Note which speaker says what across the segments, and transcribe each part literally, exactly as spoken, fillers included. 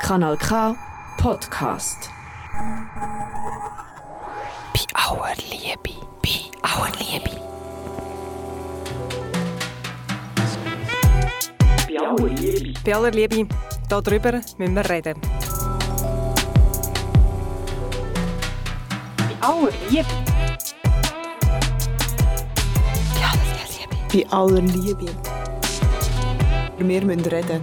Speaker 1: Kanal K Podcast.
Speaker 2: Bei aller Liebe, bei aller Liebe.
Speaker 3: Bei aller Liebe. Bei aller Liebe, darüber müssen wir reden. Bei aller Liebe.
Speaker 2: Bei aller Liebe.
Speaker 4: Bei aller Liebe. Wir müssen reden.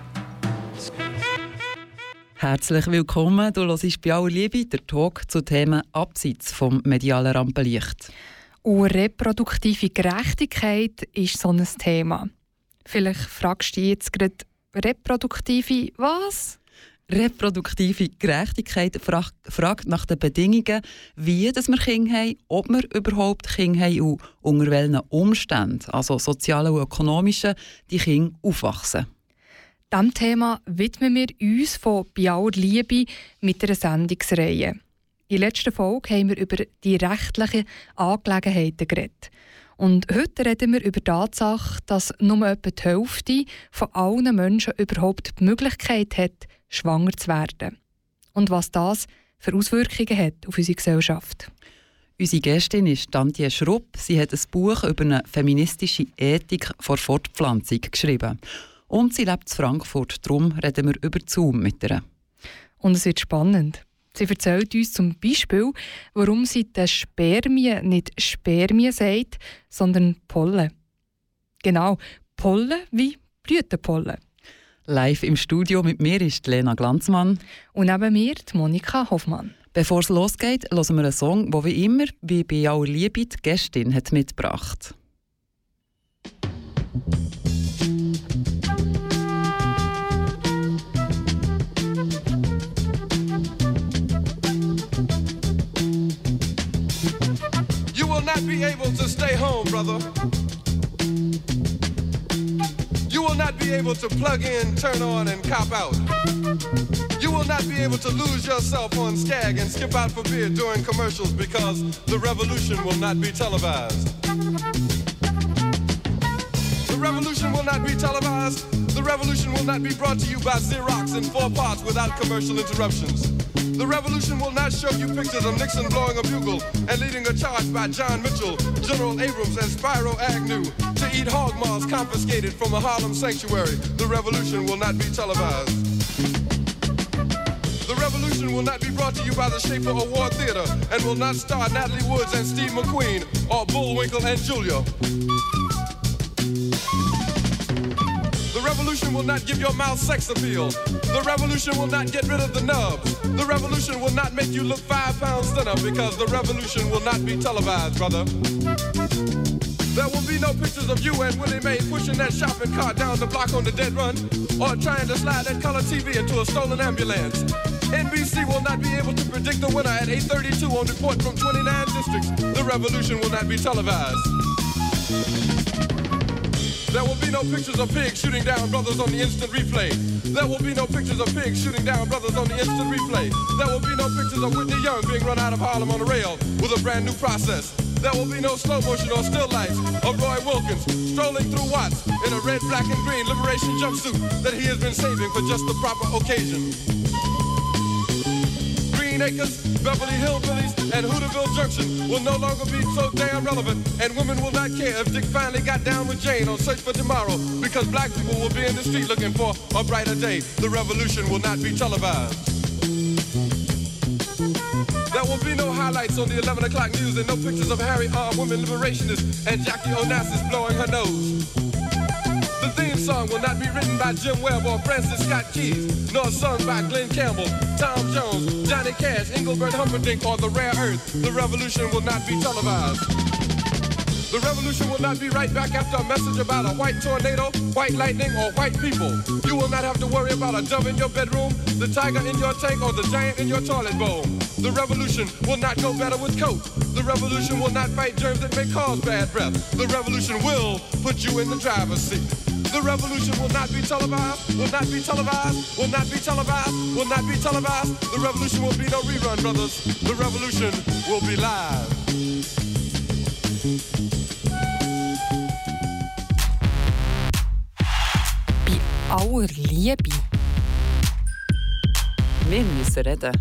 Speaker 5: Herzlich willkommen, du hörst bei aller Liebe der Talk zu Themen abseits vom medialen Rampenlicht.
Speaker 6: Und reproduktive Gerechtigkeit ist so ein Thema. Vielleicht fragst du dich jetzt gerade, reproduktive was?
Speaker 5: Reproduktive Gerechtigkeit fragt, fragt nach den Bedingungen, wie dass wir Kinder haben, ob wir überhaupt Kinder haben und unter welchen Umständen, also sozialen und ökonomischen, die Kinder aufwachsen.
Speaker 6: Diesem Thema widmen wir uns von «Bei aller Liebe» mit einer Sendungsreihe. In der letzten Folge haben wir über die rechtlichen Angelegenheiten geredet. Und heute reden wir über die Tatsache, dass nur etwa die Hälfte von allen Menschen überhaupt die Möglichkeit hat, schwanger zu werden. Und was das für Auswirkungen hat auf unsere Gesellschaft.
Speaker 5: Unsere Gästin ist Antje Schrupp. Sie hat ein Buch über eine feministische Ethik vor Fortpflanzung geschrieben. Und sie lebt in Frankfurt. Darum reden wir über Zoom mit ihr.
Speaker 6: Und es wird spannend. Sie erzählt uns zum Beispiel, warum sie den Spermien nicht Spermien sagt, sondern Pollen. Genau, Pollen wie Blütenpollen.
Speaker 5: Live im Studio mit mir ist Lena Glanzmann.
Speaker 6: Und neben mir die Monika Hoffmann.
Speaker 5: Bevor es losgeht, hören wir einen Song, der wie immer wie bei aller Liebe die Gästin hat mitgebracht.
Speaker 7: You will not be able to stay home, brother. You will not be able to plug in, turn on, and cop out. You will not be able to lose yourself on Skag and skip out for beer during commercials because the revolution will not be televised. The revolution will not be televised. The revolution will not be brought to you by Xerox in four parts without commercial interruptions. The revolution will not show you pictures of Nixon blowing a bugle and leading a charge by John Mitchell, General Abrams, and Spyro Agnew to eat hog maws confiscated from a Harlem sanctuary. The revolution will not be televised. The revolution will not be brought to you by the Schaefer Award Theater and will not star Natalie Woods and Steve McQueen or Bullwinkle and Julia. The revolution will not give your mouth sex appeal. The revolution will not get rid of the nubs. The revolution will not make you look five pounds thinner because the revolution will not be televised, brother. There will be no pictures of you and Willie Mae pushing that shopping cart down the block on the dead run or trying to slide that color T V into a stolen ambulance. N B C will not be able to predict the winner at eight thirty-two on report from twenty-nine districts. The revolution will not be televised. There will be no pictures of pigs shooting down brothers on the instant replay. There will be no pictures of pigs shooting down brothers on the instant replay. There will be no pictures of Whitney Young being run out of Harlem on a rail with a brand new process. There will be no slow motion or still life of Roy Wilkins strolling through Watts in a red, black, and green liberation jumpsuit that he has been saving for just the proper occasion. Green Acres, Beverly Hillbillies, and Hooterville Junction will no longer be so damn relevant, and women will not care if Dick finally got down with Jane on Search for Tomorrow, because black people will be in the street looking for a brighter day. The revolution will not be televised. There will be no highlights on the eleven o'clock news and no pictures of Harry armed women liberationists and Jackie Onassis blowing her nose. The theme song will not be written by Jim Webb or Francis Scott Keys, nor sung by Glenn Campbell, Tom Jones, Johnny Cash, Engelbert Humperdinck, or The Rare Earth. The revolution will not be televised. The revolution will not be right back after a message about a white tornado, white lightning, or white people. You will not have to worry about a dove in your bedroom, the tiger in your tank, or the giant in your toilet bowl. The revolution will not go better with coke. The revolution will not fight germs that may cause bad breath. The revolution will put you in the driver's seat. The revolution will not be televised, will not be televised, will not be televised, will not be televised. The revolution will be no rerun, brothers. The revolution will be live.
Speaker 6: Bei aller Liebe.
Speaker 5: Wir müssen reden.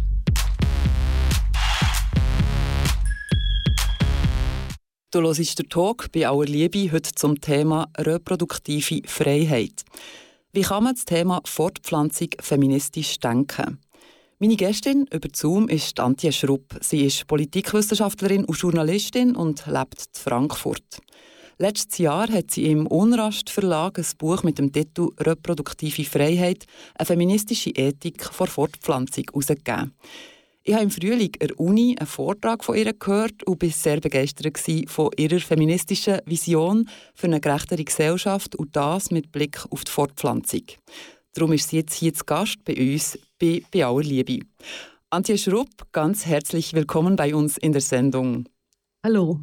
Speaker 5: Du hörst den Talk bei Our Liebe heute zum Thema reproduktive Freiheit. Wie kann man das Thema Fortpflanzung feministisch denken? Meine Gästin über Zoom ist Antje Schrupp. Sie ist Politikwissenschaftlerin und Journalistin und lebt in Frankfurt. Letztes Jahr hat sie im Unrast Verlag ein Buch mit dem Titel «Reproduktive Freiheit – eine feministische Ethik vor Fortpflanzung» herausgegeben. Ich habe im Frühling an der Uni einen Vortrag von ihr gehört und war sehr begeistert von ihrer feministischen Vision für eine gerechtere Gesellschaft und das mit Blick auf die Fortpflanzung. Darum ist sie jetzt hier zu Gast bei uns bei «Bei Our Liebe». Antje Schrupp, ganz herzlich willkommen bei uns in der Sendung.
Speaker 8: Hallo.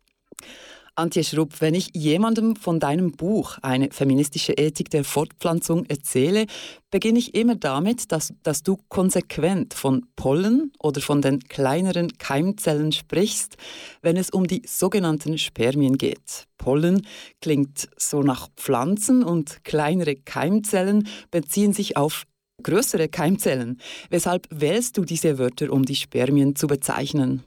Speaker 5: Antje Schrupp, wenn ich jemandem von deinem Buch «Eine feministische Ethik der Fortpflanzung» erzähle, beginne ich immer damit, dass, dass du konsequent von Pollen oder von den kleineren Keimzellen sprichst, wenn es um die sogenannten Spermien geht. Pollen klingt so nach Pflanzen und kleinere Keimzellen beziehen sich auf größere Keimzellen. Weshalb wählst du diese Wörter, um die Spermien zu bezeichnen?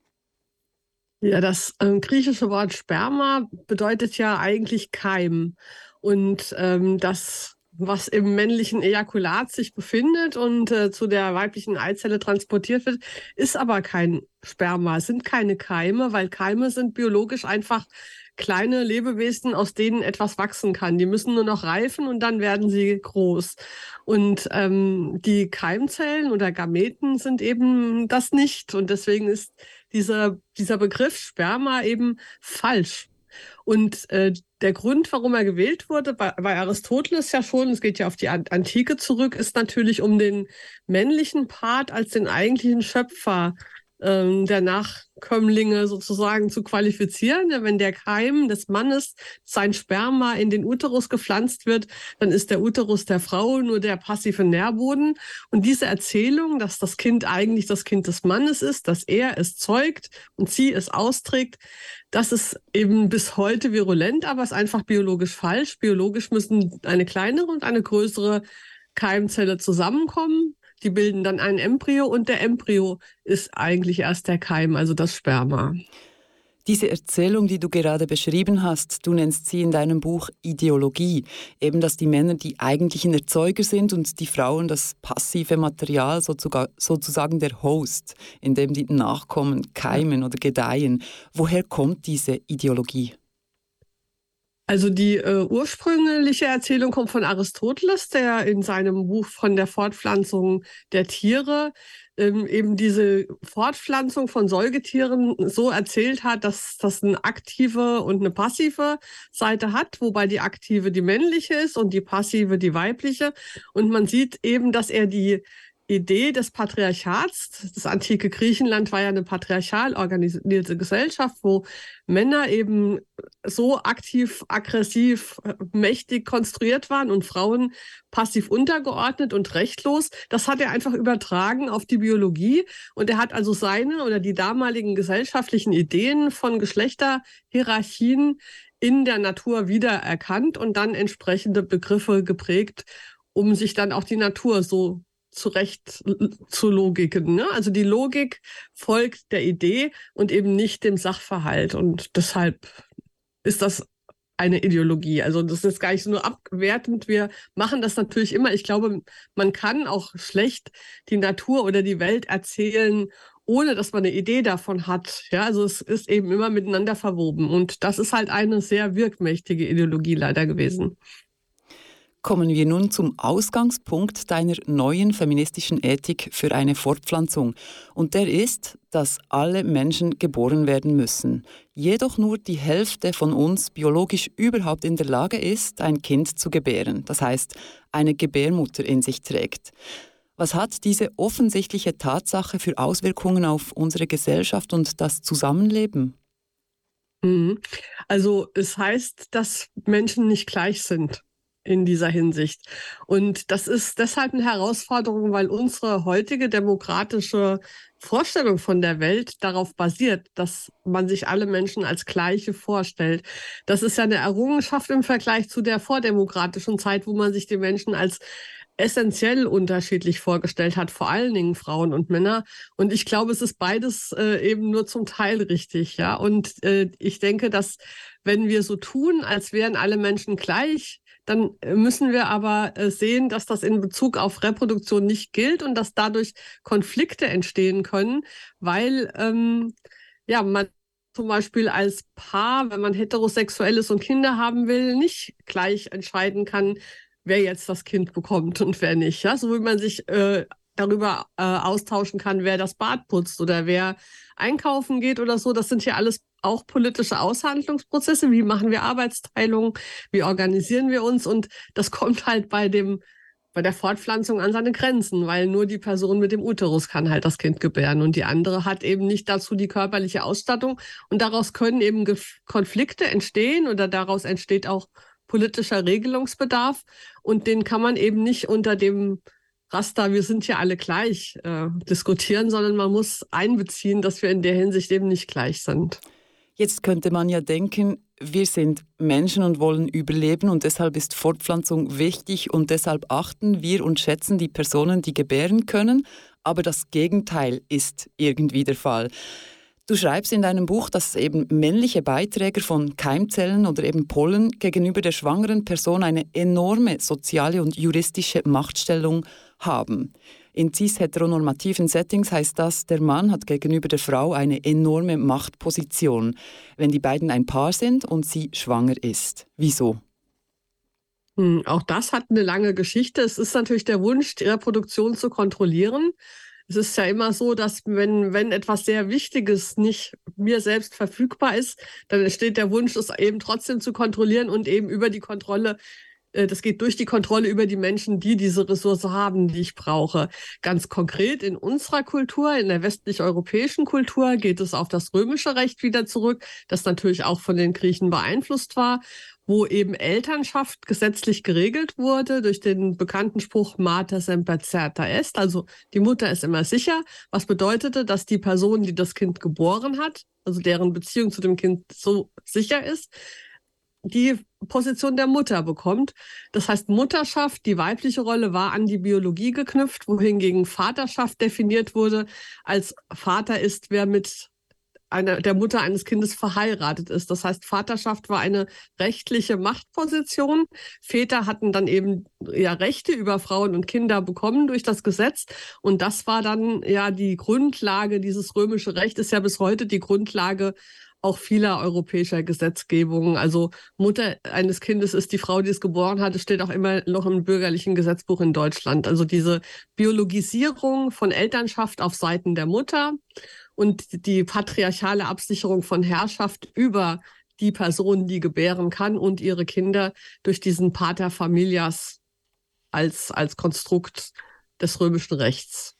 Speaker 8: Ja, das ähm, griechische Wort Sperma bedeutet ja eigentlich Keim. Und ähm, das, was im männlichen Ejakulat sich befindet und äh, zu der weiblichen Eizelle transportiert wird, ist aber kein Sperma, es sind keine Keime, weil Keime sind biologisch einfach kleine Lebewesen, aus denen etwas wachsen kann. Die müssen nur noch reifen und dann werden sie groß. Und ähm, die Keimzellen oder Gameten sind eben das nicht. Und deswegen ist dieser, dieser Begriff Sperma eben falsch. Und äh, der Grund, warum er gewählt wurde, bei, bei Aristoteles ja schon, es geht ja auf die Antike zurück, ist natürlich, um den männlichen Part als den eigentlichen Schöpfer ähm, der Nachkömmlinge sozusagen zu qualifizieren. Ja, wenn der Keim des Mannes, sein Sperma in den Uterus gepflanzt wird, dann ist der Uterus der Frau nur der passive Nährboden. Und diese Erzählung, dass das Kind eigentlich das Kind des Mannes ist, dass er es zeugt und sie es austrägt, das ist eben bis heute virulent, aber ist einfach biologisch falsch. Biologisch müssen eine kleinere und eine größere Keimzelle zusammenkommen. Die bilden dann ein Embryo und der Embryo ist eigentlich erst der Keim, also das Sperma.
Speaker 5: Diese Erzählung, die du gerade beschrieben hast, du nennst sie in deinem Buch Ideologie. Eben, dass die Männer die eigentlichen Erzeuger sind und die Frauen das passive Material, sozusagen der Host, in dem die Nachkommen keimen oder gedeihen. Woher kommt diese Ideologie?
Speaker 8: Also die äh, ursprüngliche Erzählung kommt von Aristoteles, der in seinem Buch von der Fortpflanzung der Tiere ähm, eben diese Fortpflanzung von Säugetieren so erzählt hat, dass das eine aktive und eine passive Seite hat, wobei die aktive die männliche ist und die passive die weibliche. Und man sieht eben, dass er die Idee des Patriarchats, das antike Griechenland war ja eine patriarchal organisierte Gesellschaft, wo Männer eben so aktiv, aggressiv, mächtig konstruiert waren und Frauen passiv untergeordnet und rechtlos. Das hat er einfach übertragen auf die Biologie und er hat also seine oder die damaligen gesellschaftlichen Ideen von Geschlechterhierarchien in der Natur wiedererkannt und dann entsprechende Begriffe geprägt, um sich dann auch die Natur so zurecht zu Logiken. Ne? Also die Logik folgt der Idee und eben nicht dem Sachverhalt. Und deshalb ist das eine Ideologie. Also das ist gar nicht so nur abwertend. Wir machen das natürlich immer. Ich glaube, man kann auch schlecht die Natur oder die Welt erzählen, ohne dass man eine Idee davon hat. Ja, also es ist eben immer miteinander verwoben. Und das ist halt eine sehr wirkmächtige Ideologie leider gewesen.
Speaker 5: Kommen wir nun zum Ausgangspunkt deiner neuen feministischen Ethik für eine Fortpflanzung. Und der ist, dass alle Menschen geboren werden müssen. Jedoch nur die Hälfte von uns biologisch überhaupt in der Lage ist, ein Kind zu gebären. Das heißt, eine Gebärmutter in sich trägt. Was hat diese offensichtliche Tatsache für Auswirkungen auf unsere Gesellschaft und das Zusammenleben?
Speaker 8: Also es heißt, dass Menschen nicht gleich sind in dieser Hinsicht. Und das ist deshalb eine Herausforderung, weil unsere heutige demokratische Vorstellung von der Welt darauf basiert, dass man sich alle Menschen als Gleiche vorstellt. Das ist ja eine Errungenschaft im Vergleich zu der vordemokratischen Zeit, wo man sich die Menschen als essentiell unterschiedlich vorgestellt hat, vor allen Dingen Frauen und Männer. Und ich glaube, es ist beides äh, eben nur zum Teil richtig, ja. Und äh, ich denke, dass wenn wir so tun, als wären alle Menschen gleich, dann müssen wir aber äh, sehen, dass das in Bezug auf Reproduktion nicht gilt und dass dadurch Konflikte entstehen können, weil ähm, ja man zum Beispiel als Paar, wenn man heterosexuell ist und Kinder haben will, nicht gleich entscheiden kann, wer jetzt das Kind bekommt und wer nicht. Ja? So wie man sich äh, darüber äh, austauschen kann, wer das Bad putzt oder wer einkaufen geht oder so. Das sind ja alles auch politische Aushandlungsprozesse. Wie machen wir Arbeitsteilung? Wie organisieren wir uns? Und das kommt halt bei dem bei der Fortpflanzung an seine Grenzen, weil nur die Person mit dem Uterus kann halt das Kind gebären und die andere hat eben nicht dazu die körperliche Ausstattung. Und daraus können eben Konflikte entstehen oder daraus entsteht auch politischer Regelungsbedarf und den kann man eben nicht unter dem Raster, wir sind ja alle gleich, äh, diskutieren, sondern man muss einbeziehen, dass wir in der Hinsicht eben nicht gleich sind.
Speaker 5: Jetzt könnte man ja denken, wir sind Menschen und wollen überleben und deshalb ist Fortpflanzung wichtig und deshalb achten wir und schätzen die Personen, die gebären können, aber das Gegenteil ist irgendwie der Fall. Du schreibst in deinem Buch, dass eben männliche Beiträger von Keimzellen oder eben Pollen gegenüber der schwangeren Person eine enorme soziale und juristische Machtstellung haben. In cis-heteronormativen Settings heißt das, der Mann hat gegenüber der Frau eine enorme Machtposition, wenn die beiden ein Paar sind und sie schwanger ist. Wieso?
Speaker 8: Hm, auch das hat eine lange Geschichte. Es ist natürlich der Wunsch, die Reproduktion zu kontrollieren. Es ist ja immer so, dass wenn, wenn etwas sehr Wichtiges nicht mir selbst verfügbar ist, dann entsteht der Wunsch, es eben trotzdem zu kontrollieren und eben über die Kontrolle, äh, das geht durch die Kontrolle über die Menschen, die diese Ressource haben, die ich brauche. Ganz konkret in unserer Kultur, in der westlich-europäischen Kultur, geht es auf das römische Recht wieder zurück, das natürlich auch von den Griechen beeinflusst war, wo eben Elternschaft gesetzlich geregelt wurde durch den bekannten Spruch Mater semper certa est, also die Mutter ist immer sicher, was bedeutete, dass die Person, die das Kind geboren hat, also deren Beziehung zu dem Kind so sicher ist, die Position der Mutter bekommt. Das heißt, Mutterschaft, die weibliche Rolle, war an die Biologie geknüpft, wohingegen Vaterschaft definiert wurde als Vater ist, wer mit Eine, der Mutter eines Kindes verheiratet ist. Das heißt, Vaterschaft war eine rechtliche Machtposition. Väter hatten dann eben ja Rechte über Frauen und Kinder bekommen durch das Gesetz. Und das war dann ja die Grundlage, dieses römische Recht ist ja bis heute die Grundlage auch vieler europäischer Gesetzgebungen. Also Mutter eines Kindes ist die Frau, die es geboren hat. Es steht auch immer noch im bürgerlichen Gesetzbuch in Deutschland. Also diese Biologisierung von Elternschaft auf Seiten der Mutter und die patriarchale Absicherung von Herrschaft über die Person, die gebären kann und ihre Kinder durch diesen Pater Familias als, als Konstrukt des römischen Rechts.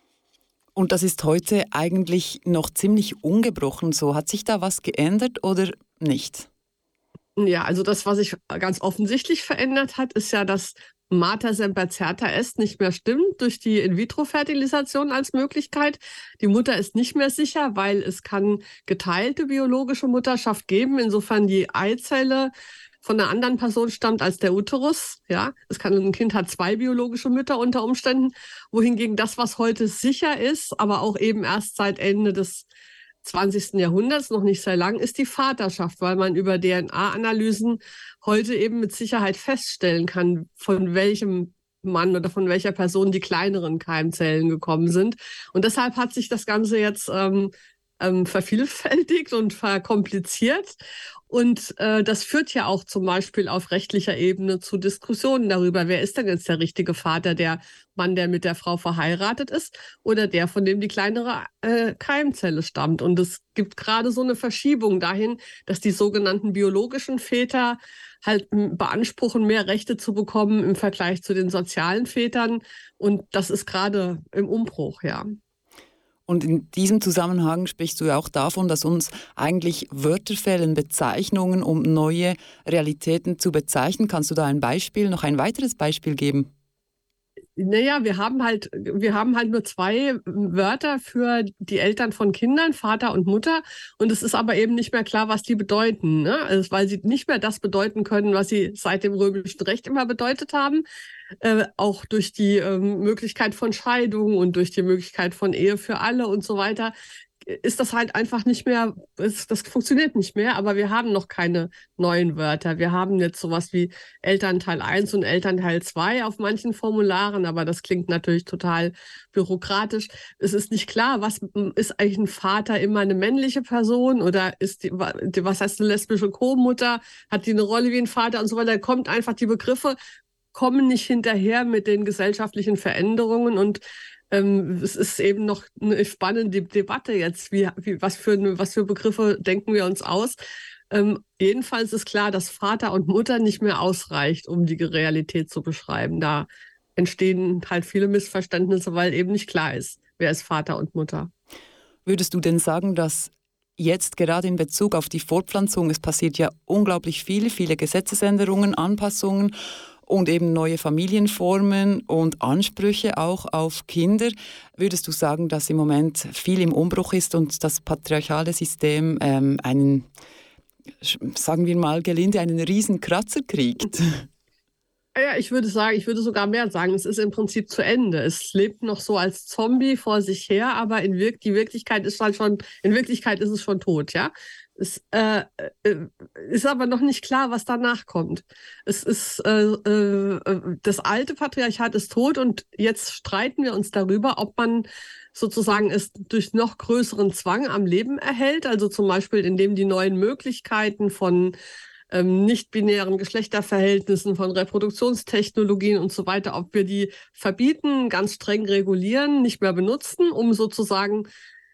Speaker 5: Und das ist heute eigentlich noch ziemlich ungebrochen so. Hat sich da was geändert oder nicht?
Speaker 8: Ja, also das, was sich ganz offensichtlich verändert hat, ist ja, dass Mater semper certa est nicht mehr stimmt durch die In-vitro-Fertilisation als Möglichkeit. Die Mutter ist nicht mehr sicher, weil es kann geteilte biologische Mutterschaft geben, insofern die Eizelle von einer anderen Person stammt als der Uterus. Ja, es kann, ein Kind hat zwei biologische Mütter unter Umständen, wohingegen das, was heute sicher ist, aber auch eben erst seit Ende des zwanzigsten Jahrhunderts, noch nicht sehr lang, ist die Vaterschaft, weil man über D N A-Analysen heute eben mit Sicherheit feststellen kann, von welchem Mann oder von welcher Person die kleineren Keimzellen gekommen sind. Und deshalb hat sich das Ganze jetzt ähm, ähm, vervielfältigt und verkompliziert. Und äh, das führt ja auch zum Beispiel auf rechtlicher Ebene zu Diskussionen darüber, wer ist denn jetzt der richtige Vater, der Mann, der mit der Frau verheiratet ist oder der, von dem die kleinere äh, Keimzelle stammt. Und es gibt gerade so eine Verschiebung dahin, dass die sogenannten biologischen Väter halt beanspruchen, mehr Rechte zu bekommen im Vergleich zu den sozialen Vätern. Und das ist gerade im Umbruch, ja.
Speaker 5: Und in diesem Zusammenhang sprichst du ja auch davon, dass uns eigentlich Wörter fehlen, Bezeichnungen, um neue Realitäten zu bezeichnen. Kannst du da ein Beispiel, noch ein weiteres Beispiel geben?
Speaker 8: Naja, wir haben halt, wir haben halt nur zwei Wörter für die Eltern von Kindern, Vater und Mutter. Und es ist aber eben nicht mehr klar, was die bedeuten, ne? Also, weil sie nicht mehr das bedeuten können, was sie seit dem römischen Recht immer bedeutet haben. Äh, auch durch die äh, Möglichkeit von Scheidung und durch die Möglichkeit von Ehe für alle und so weiter. Ist das halt einfach nicht mehr, das, das funktioniert nicht mehr, aber wir haben noch keine neuen Wörter. Wir haben jetzt sowas wie Elternteil eins und Elternteil zwei auf manchen Formularen, aber das klingt natürlich total bürokratisch. Es ist nicht klar, was ist eigentlich ein Vater immer eine männliche Person oder ist die, was heißt eine lesbische Co-Mutter, hat die eine Rolle wie ein Vater und so weiter. Da kommt einfach, die Begriffe kommen nicht hinterher mit den gesellschaftlichen Veränderungen und Ähm, es ist eben noch eine spannende Debatte jetzt, wie, wie, was, für, was für Begriffe denken wir uns aus. Ähm, jedenfalls ist klar, dass Vater und Mutter nicht mehr ausreicht, um die Realität zu beschreiben. Da entstehen halt viele Missverständnisse, weil eben nicht klar ist, wer ist Vater und Mutter.
Speaker 5: Würdest du denn sagen, dass jetzt gerade in Bezug auf die Fortpflanzung, es passiert ja unglaublich viel, viele Gesetzesänderungen, Anpassungen und eben neue Familienformen und Ansprüche auch auf Kinder. Würdest du sagen, dass im Moment viel im Umbruch ist und das patriarchale System ähm, einen, sagen wir mal gelinde, einen riesen Kratzer kriegt?
Speaker 8: Ja, ich würde sagen, ich würde sogar mehr sagen, es ist im Prinzip zu Ende. Es lebt noch so als Zombie vor sich her, aber in Wirk- die Wirklichkeit ist halt schon, in Wirklichkeit ist es schon tot, ja. Es äh, äh, ist aber noch nicht klar, was danach kommt. Es ist äh, äh, das alte Patriarchat ist tot und jetzt streiten wir uns darüber, ob man sozusagen es durch noch größeren Zwang am Leben erhält, also zum Beispiel indem die neuen Möglichkeiten von ähm, nicht-binären Geschlechterverhältnissen, von Reproduktionstechnologien und so weiter, ob wir die verbieten, ganz streng regulieren, nicht mehr benutzen, um sozusagen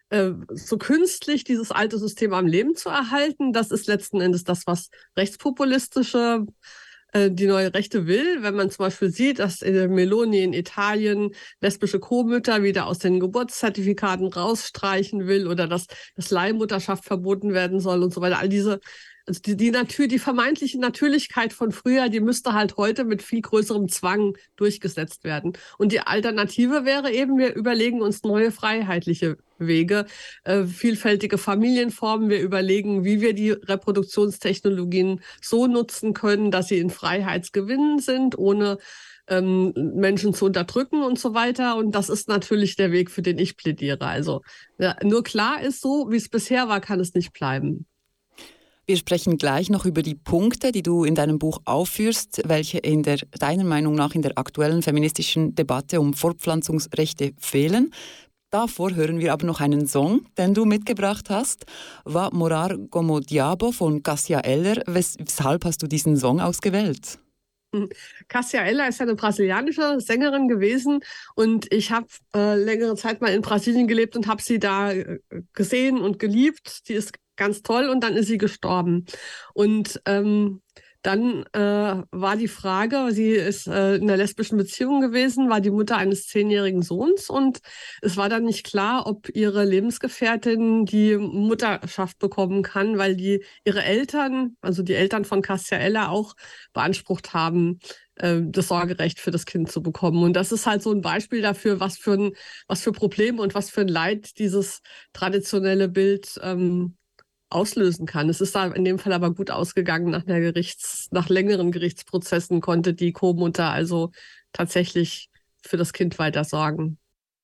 Speaker 8: so künstlich dieses alte System am Leben zu erhalten. Das ist letzten Endes das, was rechtspopulistische, äh, die neue Rechte will. Wenn man zum Beispiel sieht, dass äh, Meloni in Italien lesbische Co-Mütter wieder aus den Geburtszertifikaten rausstreichen will oder dass, dass Leihmutterschaft verboten werden soll und so weiter. All diese, also die, die Natur, die vermeintliche Natürlichkeit von früher, die müsste halt heute mit viel größerem Zwang durchgesetzt werden. Und die Alternative wäre eben, wir überlegen uns neue freiheitliche Wege, äh, vielfältige Familienformen. Wir überlegen, wie wir die Reproduktionstechnologien so nutzen können, dass sie in Freiheitsgewinn sind, ohne ähm, Menschen zu unterdrücken und so weiter. Und das ist natürlich der Weg, für den ich plädiere. Also ja, nur klar ist, so wie es bisher war, kann es nicht bleiben.
Speaker 5: Wir sprechen gleich noch über die Punkte, die du in deinem Buch aufführst, welche in der, deiner Meinung nach in der aktuellen feministischen Debatte um Fortpflanzungsrechte fehlen. Davor hören wir aber noch einen Song, den du mitgebracht hast, Va Morar como Diabo von Cássia Eller. Wes- weshalb hast du diesen Song ausgewählt?
Speaker 8: Cássia Eller ist ja eine brasilianische Sängerin gewesen und ich habe äh, längere Zeit mal in Brasilien gelebt und habe sie da äh, gesehen und geliebt. Die ist ganz toll und dann ist sie gestorben. Und ähm, dann äh, war die Frage, sie ist äh, in einer lesbischen Beziehung gewesen, war die Mutter eines zehnjährigen Sohns und es war dann nicht klar, ob ihre Lebensgefährtin die Mutterschaft bekommen kann, weil die ihre Eltern, also die Eltern von Cássia Eller auch beansprucht haben, äh, das Sorgerecht für das Kind zu bekommen. Und das ist halt so ein Beispiel dafür, was für ein, was für Probleme und was für ein Leid dieses traditionelle Bild ähm, auslösen kann. Es ist da in dem Fall aber gut ausgegangen. Nach einer Gerichts, nach längeren Gerichtsprozessen konnte die Co-Mutter also tatsächlich für das Kind weiter sorgen.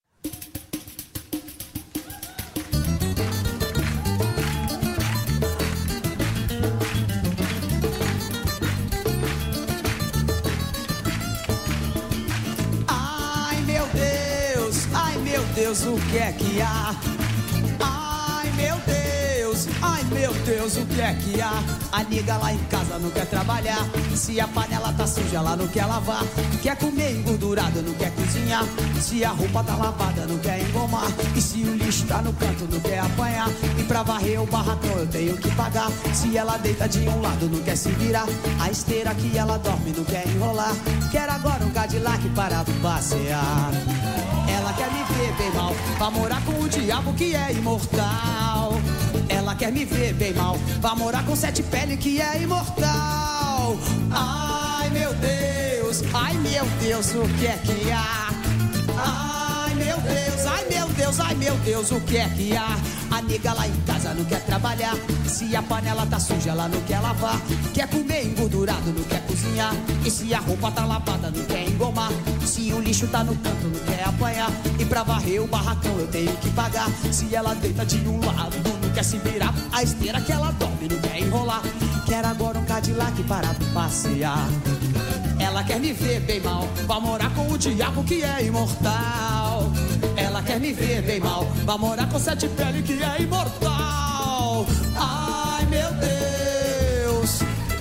Speaker 9: Ai meu Deus, ai meu Deus, o que é que há? Ai meu Deus, ai meu Deus, o que é que há? A nega lá em casa não quer trabalhar. Se a panela tá suja, ela não quer lavar. Quer comer engordurado, não quer cozinhar. Se a roupa tá lavada, não quer engomar. E se o lixo tá no canto, não quer apanhar. E pra varrer o barracão eu tenho que pagar. Se ela deita de um lado, não quer se virar. A esteira que ela dorme, não quer enrolar. Quer agora um Cadillac para passear. Ela quer me ver bem mal, pra morar com o diabo que é imortal. Ela quer me ver bem mal, pra morar com sete peles que é imortal. Ai meu Deus, Deus, ai meu Deus, o que é que há? Ai meu Deus, ai meu Deus, ai meu Deus, o que é que há? A nega lá em casa não quer trabalhar. Se a panela tá suja, ela não quer lavar. Quer comer engordurado, não quer cozinhar. E se a roupa tá lavada, não quer engomar. Se o lixo tá no canto, não quer apanhar. E pra varrer o barracão eu tenho que pagar. Se ela deita de um lado, não quer se virar. A esteira que ela dorme, não quer enrolar. Quer agora um Cadillac para passear. Ela quer me ver bem mal, vai morar com o diabo que é imortal. Ela quer me ver bem mal, vai morar com sete pele que é imortal. Ai meu Deus,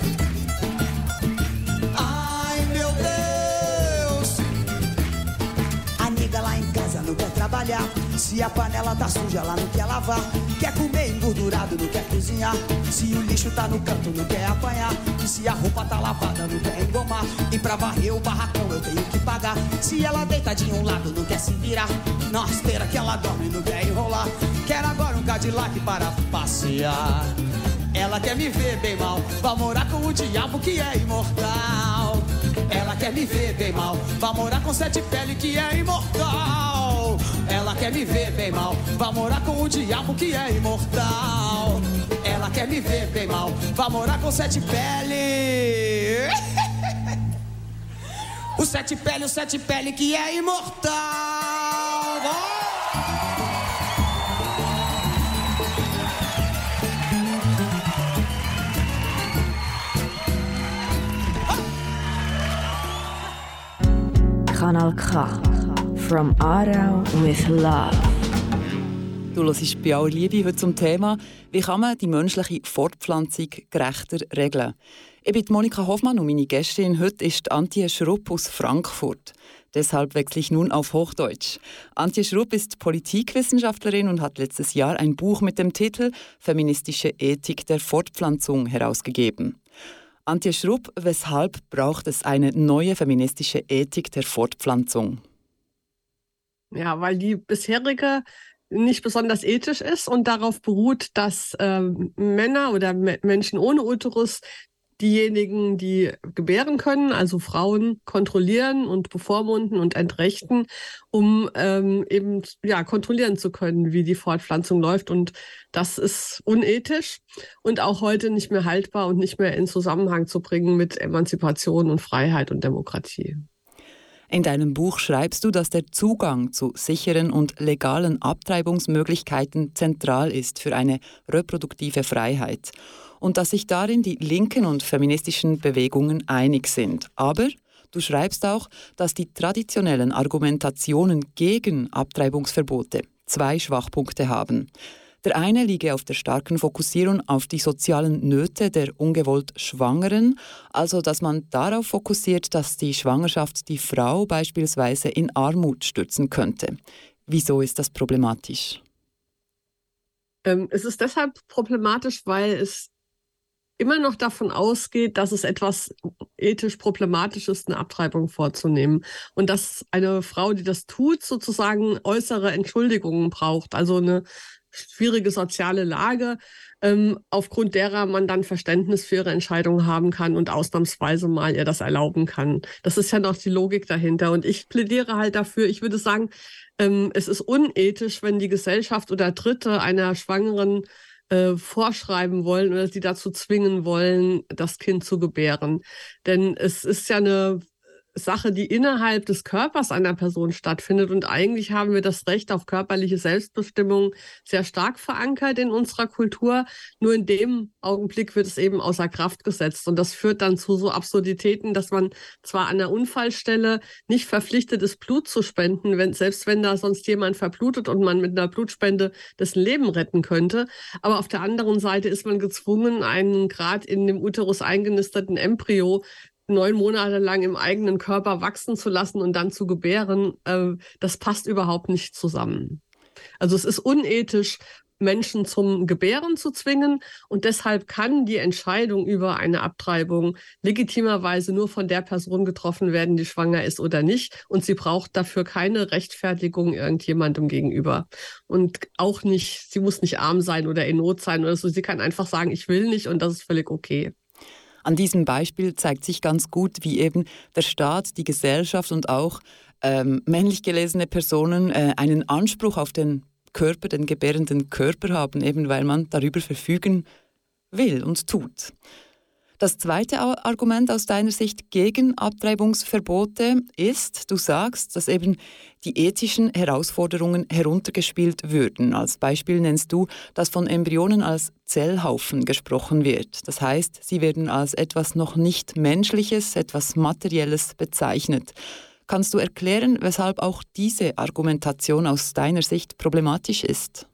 Speaker 9: ai meu Deus. A nega lá em casa não quer trabalhar. Se a panela tá suja, ela não quer lavar. Quer comer engordurado, não quer cozinhar. Se o lixo tá no canto, não quer apanhar. E se a roupa tá lavada, não quer engomar. E pra varrer o barracão eu tenho que pagar. Se ela deita de um lado, não quer se virar. Na esteira que ela dorme, não quer enrolar. Quer agora um Cadillac para passear. Ela quer me ver bem mal, vai morar com o diabo que é imortal. Ela quer me ver bem mal, vai morar com sete pele que é imortal. Ela quer me ver bem mal, vai morar com o diabo que é imortal. Ela quer me ver bem mal, vai morar com sete pele. O sete pele, o sete pele que é imortal. Oh!
Speaker 1: Kanal K. From Aarau with Love.
Speaker 5: Du hörst bei aller Liebe heute zum Thema, wie kann man die menschliche Fortpflanzung gerechter regeln. Ich bin Monika Hoffmann und meine Gästin heute ist Antje Schrupp aus Frankfurt. Deshalb wechsle ich nun auf Hochdeutsch. Antje Schrupp ist Politikwissenschaftlerin und hat letztes Jahr ein Buch mit dem Titel Feministische Ethik der Fortpflanzung herausgegeben. Antje Schrupp, weshalb braucht es eine neue feministische Ethik der Fortpflanzung?
Speaker 8: Ja, weil die bisherige nicht besonders ethisch ist und darauf beruht, dass äh, Männer oder Me- Menschen ohne Uterus diejenigen, die gebären können, also Frauen, kontrollieren und bevormunden und entrechten, um ähm, eben ja kontrollieren zu können, wie die Fortpflanzung läuft. Und das ist unethisch und auch heute nicht mehr haltbar und nicht mehr in Zusammenhang zu bringen mit Emanzipation und Freiheit und Demokratie.
Speaker 5: In deinem Buch schreibst du, dass der Zugang zu sicheren und legalen Abtreibungsmöglichkeiten zentral ist für eine reproduktive Freiheit und dass sich darin die linken und feministischen Bewegungen einig sind. Aber du schreibst auch, dass die traditionellen Argumentationen gegen Abtreibungsverbote zwei Schwachpunkte haben. Der eine liege auf der starken Fokussierung auf die sozialen Nöte der ungewollt Schwangeren, also dass man darauf fokussiert, dass die Schwangerschaft die Frau beispielsweise in Armut stürzen könnte. Wieso ist das problematisch?
Speaker 8: Ähm, es ist deshalb problematisch, weil es immer noch davon ausgeht, dass es etwas ethisch problematisch ist, eine Abtreibung vorzunehmen. Und dass eine Frau, die das tut, sozusagen äußere Entschuldigungen braucht, also eine schwierige soziale Lage, ähm, aufgrund derer man dann Verständnis für ihre Entscheidung haben kann und ausnahmsweise mal ihr das erlauben kann. Das ist ja noch die Logik dahinter. Und ich plädiere halt dafür, ich würde sagen, ähm, es ist unethisch, wenn die Gesellschaft oder Dritte einer Schwangeren äh, vorschreiben wollen oder sie dazu zwingen wollen, das Kind zu gebären. Denn es ist ja eine Sache, die innerhalb des Körpers einer Person stattfindet. Und eigentlich haben wir das Recht auf körperliche Selbstbestimmung sehr stark verankert in unserer Kultur. Nur in dem Augenblick wird es eben außer Kraft gesetzt. Und das führt dann zu so Absurditäten, dass man zwar an der Unfallstelle nicht verpflichtet ist, Blut zu spenden, wenn, selbst wenn da sonst jemand verblutet und man mit einer Blutspende dessen Leben retten könnte. Aber auf der anderen Seite ist man gezwungen, einen gerade in dem Uterus eingenisteten Embryo neun Monate lang im eigenen Körper wachsen zu lassen und dann zu gebären, äh, das passt überhaupt nicht zusammen. Also es ist unethisch, Menschen zum Gebären zu zwingen und deshalb kann die Entscheidung über eine Abtreibung legitimerweise nur von der Person getroffen werden, die schwanger ist oder nicht, und sie braucht dafür keine Rechtfertigung irgendjemandem gegenüber und auch nicht, sie muss nicht arm sein oder in Not sein oder so, sie kann einfach sagen, ich will nicht, und das ist völlig okay.
Speaker 5: An diesem Beispiel zeigt sich ganz gut, wie eben der Staat, die Gesellschaft und auch ähm, männlich gelesene Personen äh, einen Anspruch auf den Körper, den gebärenden Körper haben, eben weil man darüber verfügen will und tut. Das zweite Argument aus deiner Sicht gegen Abtreibungsverbote ist, du sagst, dass eben die ethischen Herausforderungen heruntergespielt würden. Als Beispiel nennst du, dass von Embryonen als Zellhaufen gesprochen wird. Das heißt, sie werden als etwas noch nicht Menschliches, etwas Materielles bezeichnet. Kannst du erklären, weshalb auch diese Argumentation aus deiner Sicht problematisch ist?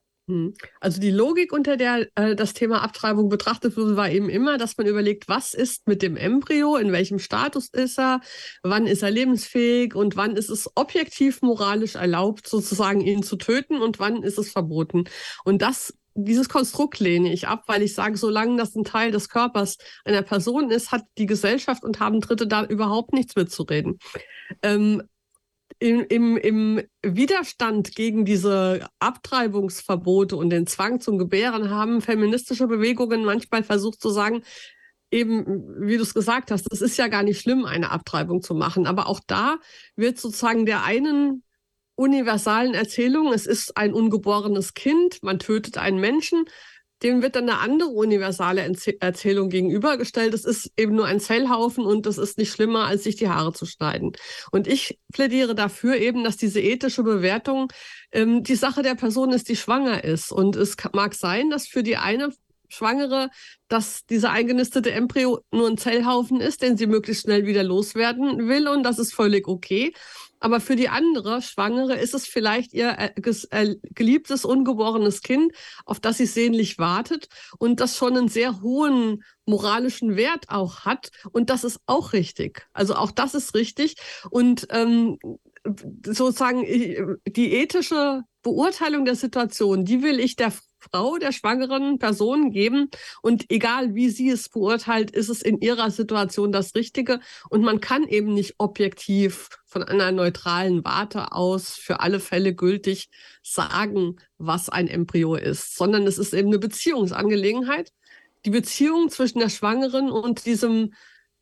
Speaker 8: Also die Logik, unter der äh, das Thema Abtreibung betrachtet wurde, war eben immer, dass man überlegt, was ist mit dem Embryo, in welchem Status ist er, wann ist er lebensfähig und wann ist es objektiv moralisch erlaubt, sozusagen ihn zu töten und wann ist es verboten. Und das Dieses Konstrukt lehne ich ab, weil ich sage, solange das ein Teil des Körpers einer Person ist, hat die Gesellschaft und haben Dritte da überhaupt nichts mitzureden. Ähm, Im, im, Im Widerstand gegen diese Abtreibungsverbote und den Zwang zum Gebären haben feministische Bewegungen manchmal versucht zu sagen, eben, wie du es gesagt hast, es ist ja gar nicht schlimm, eine Abtreibung zu machen. Aber auch da wird sozusagen der einen universalen Erzählung, es ist ein ungeborenes Kind, man tötet einen Menschen, dem wird dann eine andere universale Erzählung gegenübergestellt. Es ist eben nur ein Zellhaufen und es ist nicht schlimmer, als sich die Haare zu schneiden. Und ich plädiere dafür eben, dass diese ethische Bewertung ähm, die Sache der Person ist, die schwanger ist. Und es mag sein, dass für die eine Schwangere, dass dieser eingenistete Embryo nur ein Zellhaufen ist, den sie möglichst schnell wieder loswerden will. Und das ist völlig okay. Aber für die andere Schwangere ist es vielleicht ihr äh, äh, geliebtes, ungeborenes Kind, auf das sie sehnlich wartet und das schon einen sehr hohen moralischen Wert auch hat. Und das ist auch richtig. Also auch das ist richtig. Und ähm, sozusagen die ethische Beurteilung der Situation, die will ich der Frau, der schwangeren Person geben. Und egal, wie sie es beurteilt, ist es in ihrer Situation das Richtige. Und man kann eben nicht objektiv von einer neutralen Warte aus für alle Fälle gültig sagen, was ein Embryo ist, sondern es ist eben eine Beziehungsangelegenheit. Die Beziehung zwischen der Schwangeren und diesem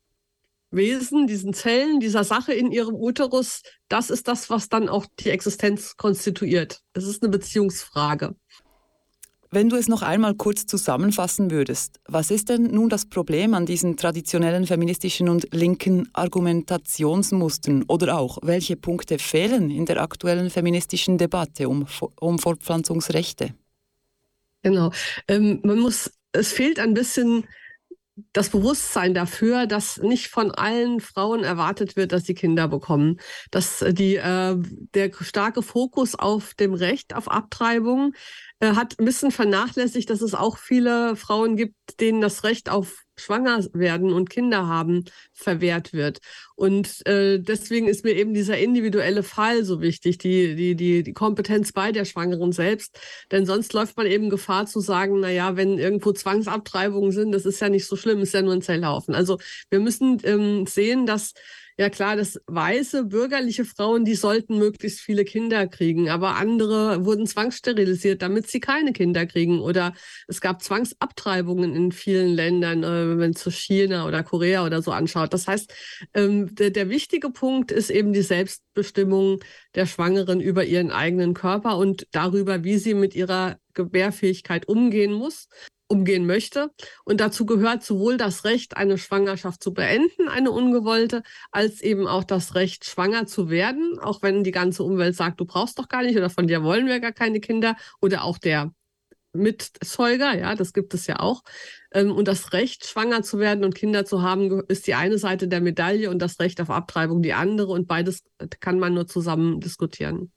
Speaker 8: Wesen, diesen Zellen, dieser Sache in ihrem Uterus, das ist das, was dann auch die Existenz konstituiert. Es ist eine Beziehungsfrage.
Speaker 5: Wenn du es noch einmal kurz zusammenfassen würdest, was ist denn nun das Problem an diesen traditionellen feministischen und linken Argumentationsmustern oder auch, welche Punkte fehlen in der aktuellen feministischen Debatte um, um Fortpflanzungsrechte?
Speaker 8: Genau. Ähm, man muss, es fehlt ein bisschen das Bewusstsein dafür, dass nicht von allen Frauen erwartet wird, dass sie Kinder bekommen. Dass die, äh, der starke Fokus auf dem Recht auf Abtreibung äh, hat ein bisschen vernachlässigt, dass es auch viele Frauen gibt, denen das Recht auf schwanger werden und Kinder haben verwehrt wird. Und äh, deswegen ist mir eben dieser individuelle Fall so wichtig, die, die, die, die Kompetenz bei der Schwangeren selbst. Denn sonst läuft man eben Gefahr zu sagen, na ja, wenn irgendwo Zwangsabtreibungen sind, das ist ja nicht so schlimm, ist ja nur ein Zellhaufen. Also wir müssen ähm, sehen, dass ja klar, dass weiße, bürgerliche Frauen, die sollten möglichst viele Kinder kriegen, aber andere wurden zwangssterilisiert, damit sie keine Kinder kriegen. Oder es gab Zwangsabtreibungen in vielen Ländern, äh, wenn man zu China oder Korea oder so anschaut. Das heißt, ähm, der, der wichtige Punkt ist eben die Selbstbestimmung der Schwangeren über ihren eigenen Körper und darüber, wie sie mit ihrer Gebärfähigkeit umgehen muss. umgehen möchte. Und dazu gehört sowohl das Recht, eine Schwangerschaft zu beenden, eine ungewollte, als eben auch das Recht, schwanger zu werden, auch wenn die ganze Umwelt sagt, du brauchst doch gar nicht oder von dir wollen wir gar keine Kinder oder auch der Mitzeuger, ja, das gibt es ja auch. Und das Recht, schwanger zu werden und Kinder zu haben, ist die eine Seite der Medaille und das Recht auf Abtreibung die andere und beides kann man nur zusammen diskutieren.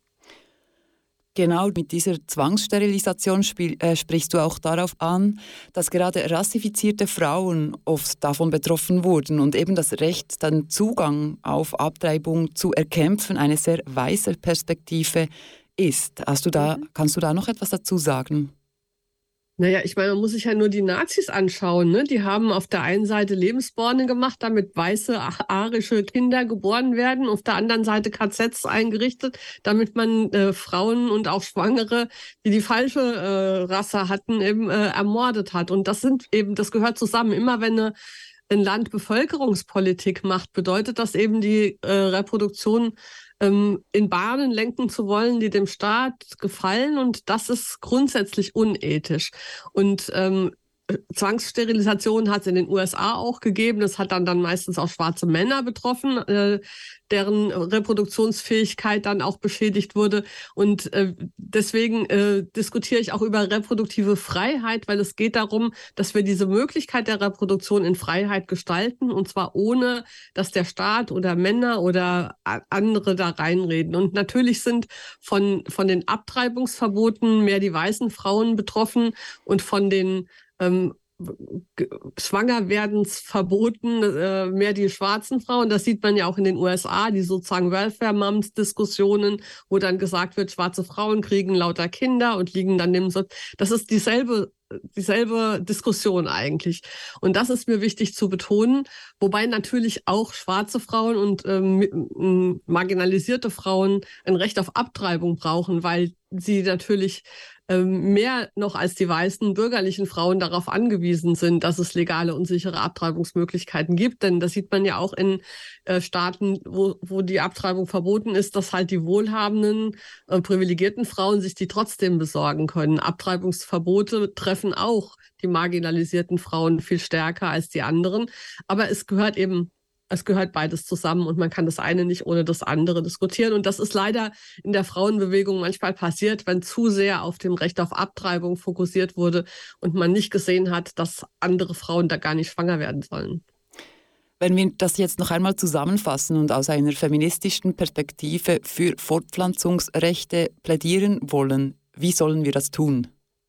Speaker 5: Genau, mit dieser Zwangssterilisation spiel, äh, sprichst du auch darauf an, dass gerade rassifizierte Frauen oft davon betroffen wurden und eben das Recht, den Zugang auf Abtreibung zu erkämpfen, eine sehr weiße Perspektive ist. Hast du da, mhm. Kannst du da noch etwas dazu sagen?
Speaker 8: Naja, ich meine, man muss sich ja nur die Nazis anschauen, ne? Die haben auf der einen Seite Lebensborne gemacht, damit weiße, arische Kinder geboren werden, auf der anderen Seite K Zs eingerichtet, damit man äh, Frauen und auch Schwangere, die die falsche äh, Rasse hatten, eben äh, ermordet hat. Und das sind eben, das gehört zusammen. Immer wenn eine ein Land Bevölkerungspolitik macht, bedeutet das eben die äh, Reproduktion ähm, in Bahnen lenken zu wollen, die dem Staat gefallen. Und das ist grundsätzlich unethisch. Und ähm, Zwangssterilisation hat es in den U S A auch gegeben. Das hat dann, dann meistens auch schwarze Männer betroffen, äh, deren Reproduktionsfähigkeit dann auch beschädigt wurde. Und äh, deswegen äh, diskutiere ich auch über reproduktive Freiheit, weil es geht darum, dass wir diese Möglichkeit der Reproduktion in Freiheit gestalten, und zwar ohne, dass der Staat oder Männer oder andere da reinreden. Und natürlich sind von, von den Abtreibungsverboten mehr die weißen Frauen betroffen und von den Ähm, Schwangerwerdensverboten äh, mehr die schwarzen Frauen. Das sieht man ja auch in den U S A, die sozusagen Welfare-Moms-Diskussionen, wo dann gesagt wird, schwarze Frauen kriegen lauter Kinder und liegen dann im so. Das ist dieselbe dieselbe Diskussion eigentlich. Und das ist mir wichtig zu betonen, wobei natürlich auch schwarze Frauen und ähm, marginalisierte Frauen ein Recht auf Abtreibung brauchen, weil sie natürlich ähm, mehr noch als die weißen bürgerlichen Frauen darauf angewiesen sind, dass es legale und sichere Abtreibungsmöglichkeiten gibt. Denn das sieht man ja auch in äh, Staaten, wo, wo die Abtreibung verboten ist, dass halt die wohlhabenden, äh, privilegierten Frauen sich die trotzdem besorgen können. Abtreibungsverbote treffen auch die marginalisierten Frauen viel stärker als die anderen. Aber es gehört eben Es gehört beides zusammen und man kann das eine nicht ohne das andere diskutieren. Und das ist leider in der Frauenbewegung manchmal passiert, wenn zu sehr auf dem Recht auf Abtreibung fokussiert wurde und man nicht gesehen hat, dass andere Frauen da gar nicht schwanger werden sollen.
Speaker 5: Wenn wir das jetzt noch einmal zusammenfassen und aus einer feministischen Perspektive für Fortpflanzungsrechte plädieren wollen, wie sollen wir das tun?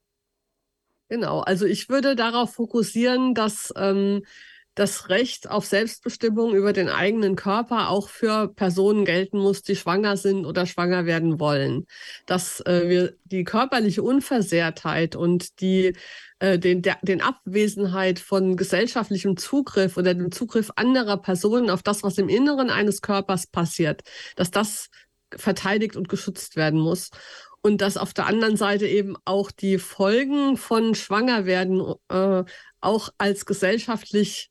Speaker 8: Genau, also ich würde darauf fokussieren, dass ähm, das Recht auf Selbstbestimmung über den eigenen Körper auch für Personen gelten muss, die schwanger sind oder schwanger werden wollen. Dass äh, wir die körperliche Unversehrtheit und die äh, den, der, den Abwesenheit von gesellschaftlichem Zugriff oder dem Zugriff anderer Personen auf das, was im Inneren eines Körpers passiert, dass das verteidigt und geschützt werden muss. Und dass auf der anderen Seite eben auch die Folgen von Schwangerwerden äh, auch als gesellschaftlich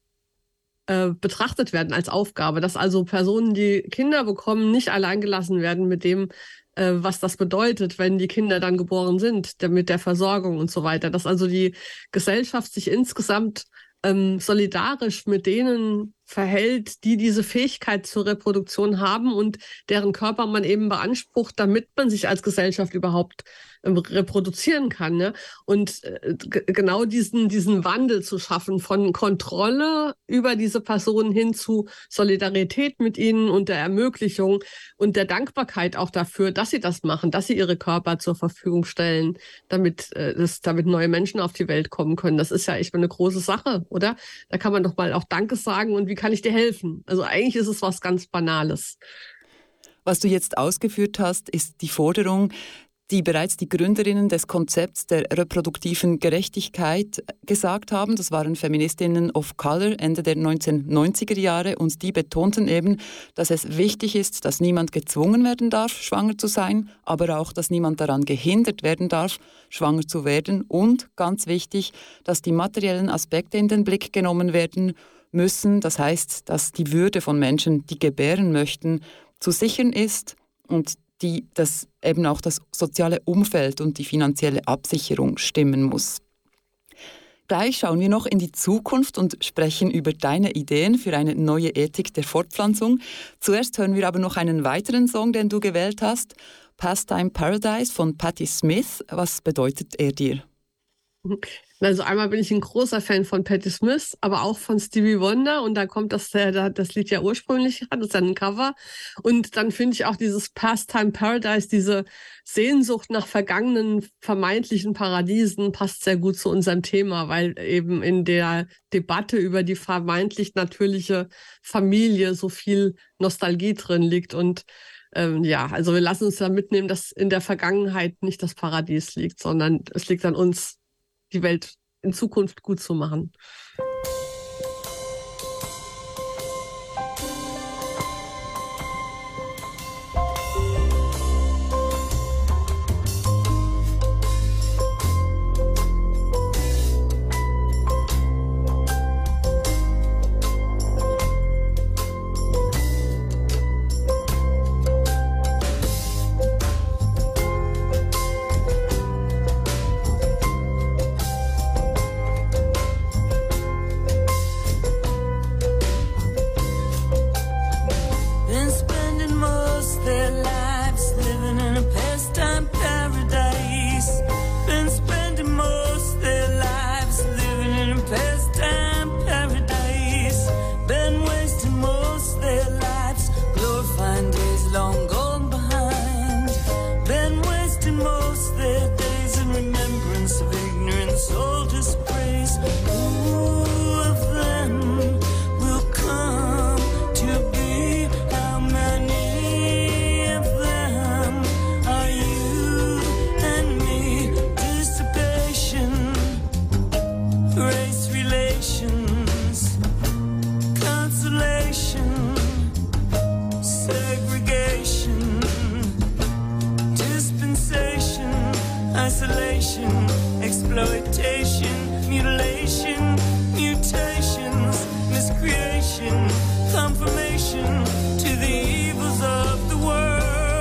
Speaker 8: äh, betrachtet werden, als Aufgabe. Dass also Personen, die Kinder bekommen, nicht alleingelassen werden mit dem, äh, was das bedeutet, wenn die Kinder dann geboren sind, der, mit der Versorgung und so weiter. Dass also die Gesellschaft sich insgesamt ähm, solidarisch mit denen verhält, die diese Fähigkeit zur Reproduktion haben und deren Körper man eben beansprucht, damit man sich als Gesellschaft überhaupt ähm, reproduzieren kann. Ne? Und äh, g- genau diesen, diesen Wandel zu schaffen von Kontrolle über diese Personen hin zu Solidarität mit ihnen und der Ermöglichung und der Dankbarkeit auch dafür, dass sie das machen, dass sie ihre Körper zur Verfügung stellen, damit, äh, das, damit neue Menschen auf die Welt kommen können. Das ist ja echt eine große Sache, oder? Da kann man doch mal auch Danke sagen und wie kann ich dir helfen? Also eigentlich ist es was ganz Banales.
Speaker 5: Was du jetzt ausgeführt hast, ist die Forderung, die bereits die Gründerinnen des Konzepts der reproduktiven Gerechtigkeit gesagt haben. Das waren Feministinnen of Color Ende der neunzehnhundertneunziger Jahre und die betonten eben, dass es wichtig ist, dass niemand gezwungen werden darf, schwanger zu sein, aber auch, dass niemand daran gehindert werden darf, schwanger zu werden und, ganz wichtig, dass die materiellen Aspekte in den Blick genommen werden müssen. Das heißt, dass die Würde von Menschen, die gebären möchten, zu sichern ist und die, dass eben auch das soziale Umfeld und die finanzielle Absicherung stimmen muss. Gleich schauen wir noch in die Zukunft und sprechen über deine Ideen für eine neue Ethik der Fortpflanzung. Zuerst hören wir aber noch einen weiteren Song, den du gewählt hast, Pastime Paradise von Patti Smith. Was bedeutet er dir?
Speaker 8: Also einmal bin ich ein großer Fan von Patti Smith, aber auch von Stevie Wonder und da kommt das, der, das Lied ja ursprünglich her, das ist ja ein Cover und dann finde ich auch dieses Pastime Paradise, diese Sehnsucht nach vergangenen vermeintlichen Paradiesen passt sehr gut zu unserem Thema, weil eben in der Debatte über die vermeintlich natürliche Familie so viel Nostalgie drin liegt und ähm, ja, also wir lassen uns da mitnehmen, dass in der Vergangenheit nicht das Paradies liegt, sondern es liegt an uns, die Welt in Zukunft gut zu machen.
Speaker 10: creation, mutations, miscreation, confirmation to the evils of the world.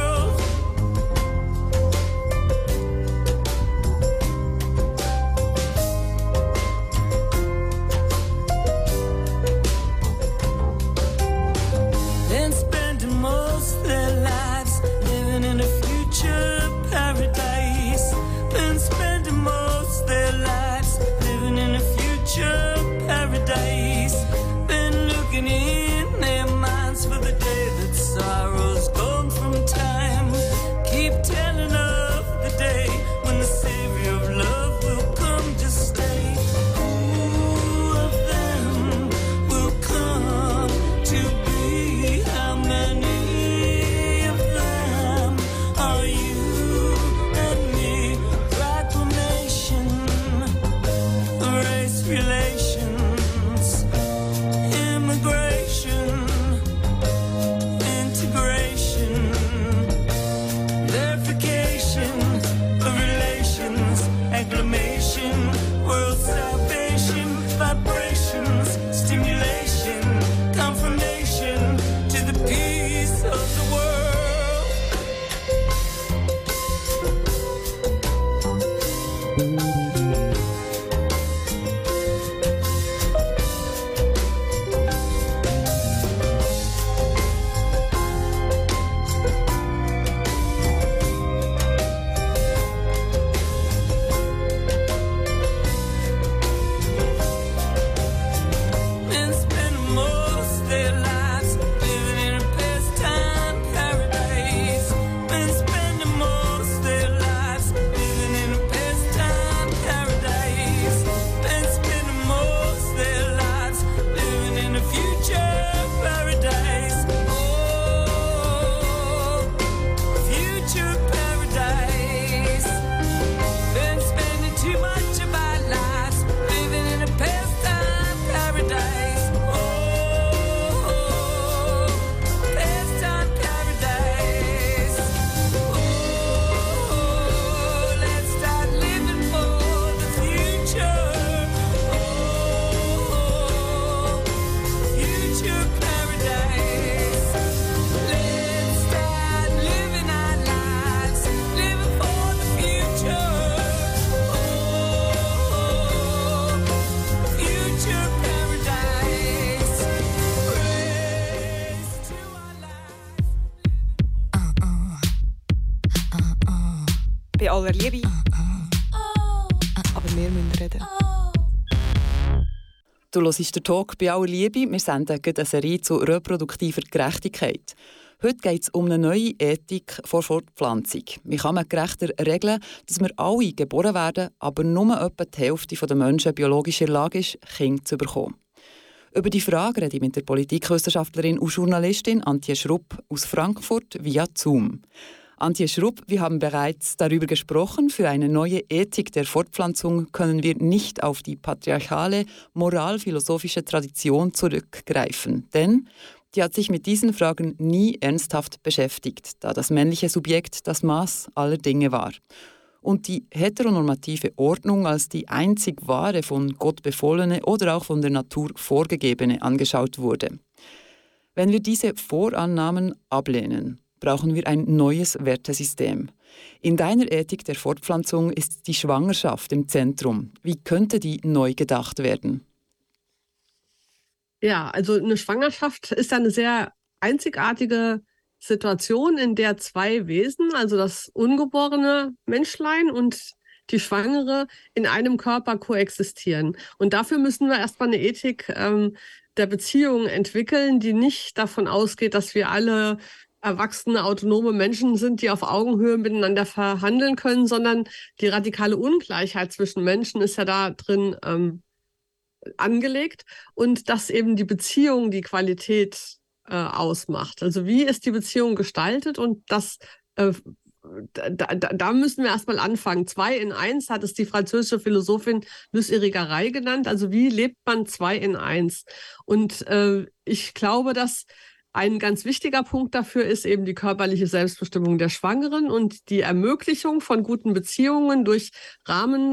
Speaker 10: And spending most of their lives living in a future paradise. And spending most of their lives living in a future paradise. Been looking in their minds for the day that sorrow's gone from time. Keep telling of the day when the Savior of love will come to stay. Who of them will come to be? How many of them are you and me? Proclamation, race relations, immigration, integration, verification of relations, acclamation, world salvation, vibrations, stimulation, confirmation to the peace of the world. And spend most of their lives living in a pastime paradise. And spending most of their lives living in a pastime paradise. And spending most of their lives living in a future paradise. Oh, future paradise. Been spending too much of our lives living in a pastime paradise. Oh, pastime paradise. Oh, let's start living for the future. Oh, future paradise. Let's start living our lives, living for the future. Oh, future paradise. Praise to our lives.
Speaker 3: Bei aller Liebe. Aber wir müssen reden.
Speaker 5: Du hörst den Talk «Bei aller Liebe». Wir senden gerade eine Serie zu reproduktiver Gerechtigkeit. Heute geht es um eine neue Ethik vor Fortpflanzung. Wie kann man gerechter regeln, dass wir alle geboren werden, aber nur etwa die Hälfte der Menschen biologisch in der Lage ist, Kinder zu bekommen? Über die Frage rede ich mit der Politikwissenschaftlerin und Journalistin Antje Schrupp aus Frankfurt via Zoom. Antje Schrupp, wir haben bereits darüber gesprochen, für eine neue Ethik der Fortpflanzung können wir nicht auf die patriarchale, moralphilosophische Tradition zurückgreifen. Denn die hat sich mit diesen Fragen nie ernsthaft beschäftigt, da das männliche Subjekt das Maß aller Dinge war. Und die heteronormative Ordnung als die einzig wahre, von Gott befohlene oder auch von der Natur vorgegebene angeschaut wurde. Wenn wir diese Vorannahmen ablehnen, brauchen wir ein neues Wertesystem. In deiner Ethik der Fortpflanzung ist die Schwangerschaft im Zentrum. Wie könnte die neu gedacht werden?
Speaker 8: Ja, also eine Schwangerschaft ist ja eine sehr einzigartige Situation, in der zwei Wesen, also das ungeborene Menschlein und die Schwangere, in einem Körper koexistieren. Und dafür müssen wir erstmal eine Ethik ähm, der Beziehung entwickeln, die nicht davon ausgeht, dass wir alle erwachsene, autonome Menschen sind, die auf Augenhöhe miteinander verhandeln können, sondern die radikale Ungleichheit zwischen Menschen ist ja da drin ähm, angelegt und dass eben die Beziehung die Qualität äh, ausmacht. Also wie ist die Beziehung gestaltet und das äh, da, da, da müssen wir erstmal anfangen. Zwei in eins hat es die französische Philosophin Lysirigerei genannt. Also wie lebt man zwei in eins? Und äh, ich glaube, dass ein ganz wichtiger Punkt dafür ist eben die körperliche Selbstbestimmung der Schwangeren und die Ermöglichung von guten Beziehungen durch Rahmenbedingungen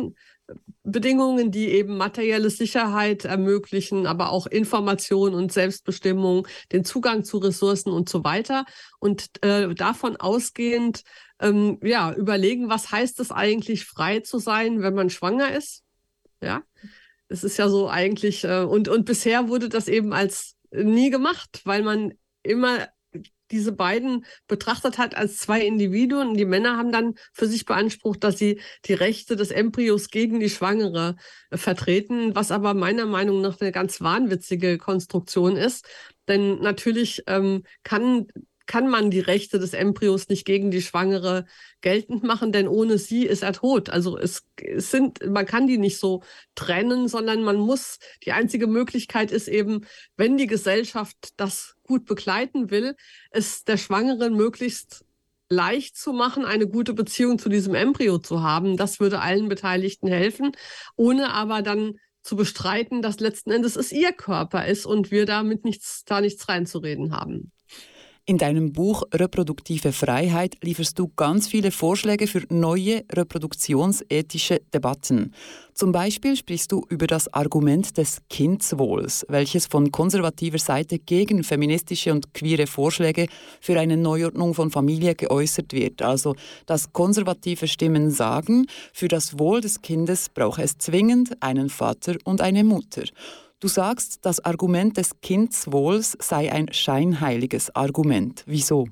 Speaker 8: Bedingungen, die eben materielle Sicherheit ermöglichen, aber auch Information und Selbstbestimmung, den Zugang zu Ressourcen und so weiter. Und äh, davon ausgehend ähm, ja, überlegen, was heißt es eigentlich, frei zu sein, wenn man schwanger ist? Ja, es ist ja so eigentlich, äh, und, und bisher wurde das eben als nie gemacht, weil man immer diese beiden betrachtet hat als zwei Individuen. Und die Männer haben dann für sich beansprucht, dass sie die Rechte des Embryos gegen die Schwangere äh, vertreten, was aber meiner Meinung nach eine ganz wahnwitzige Konstruktion ist. Denn natürlich ähm, kann kann man die Rechte des Embryos nicht gegen die Schwangere geltend machen, denn ohne sie ist er tot. Also es, es sind, man kann die nicht so trennen, sondern man muss, die einzige Möglichkeit ist eben, wenn die Gesellschaft das gut begleiten will, es der Schwangeren möglichst leicht zu machen, eine gute Beziehung zu diesem Embryo zu haben. Das würde allen Beteiligten helfen, ohne aber dann zu bestreiten, dass letzten Endes es ihr Körper ist und wir damit nichts, da nichts reinzureden haben.
Speaker 5: In deinem Buch Reproduktive Freiheit lieferst du ganz viele Vorschläge für neue reproduktionsethische Debatten. Zum Beispiel sprichst du über das Argument des Kindeswohls, welches von konservativer Seite gegen feministische und queere Vorschläge für eine Neuordnung von Familie geäußert wird. Also, dass konservative Stimmen sagen, für das Wohl des Kindes brauche es zwingend einen Vater und eine Mutter. Du sagst, das Argument des Kindeswohls sei ein scheinheiliges Argument. Wieso?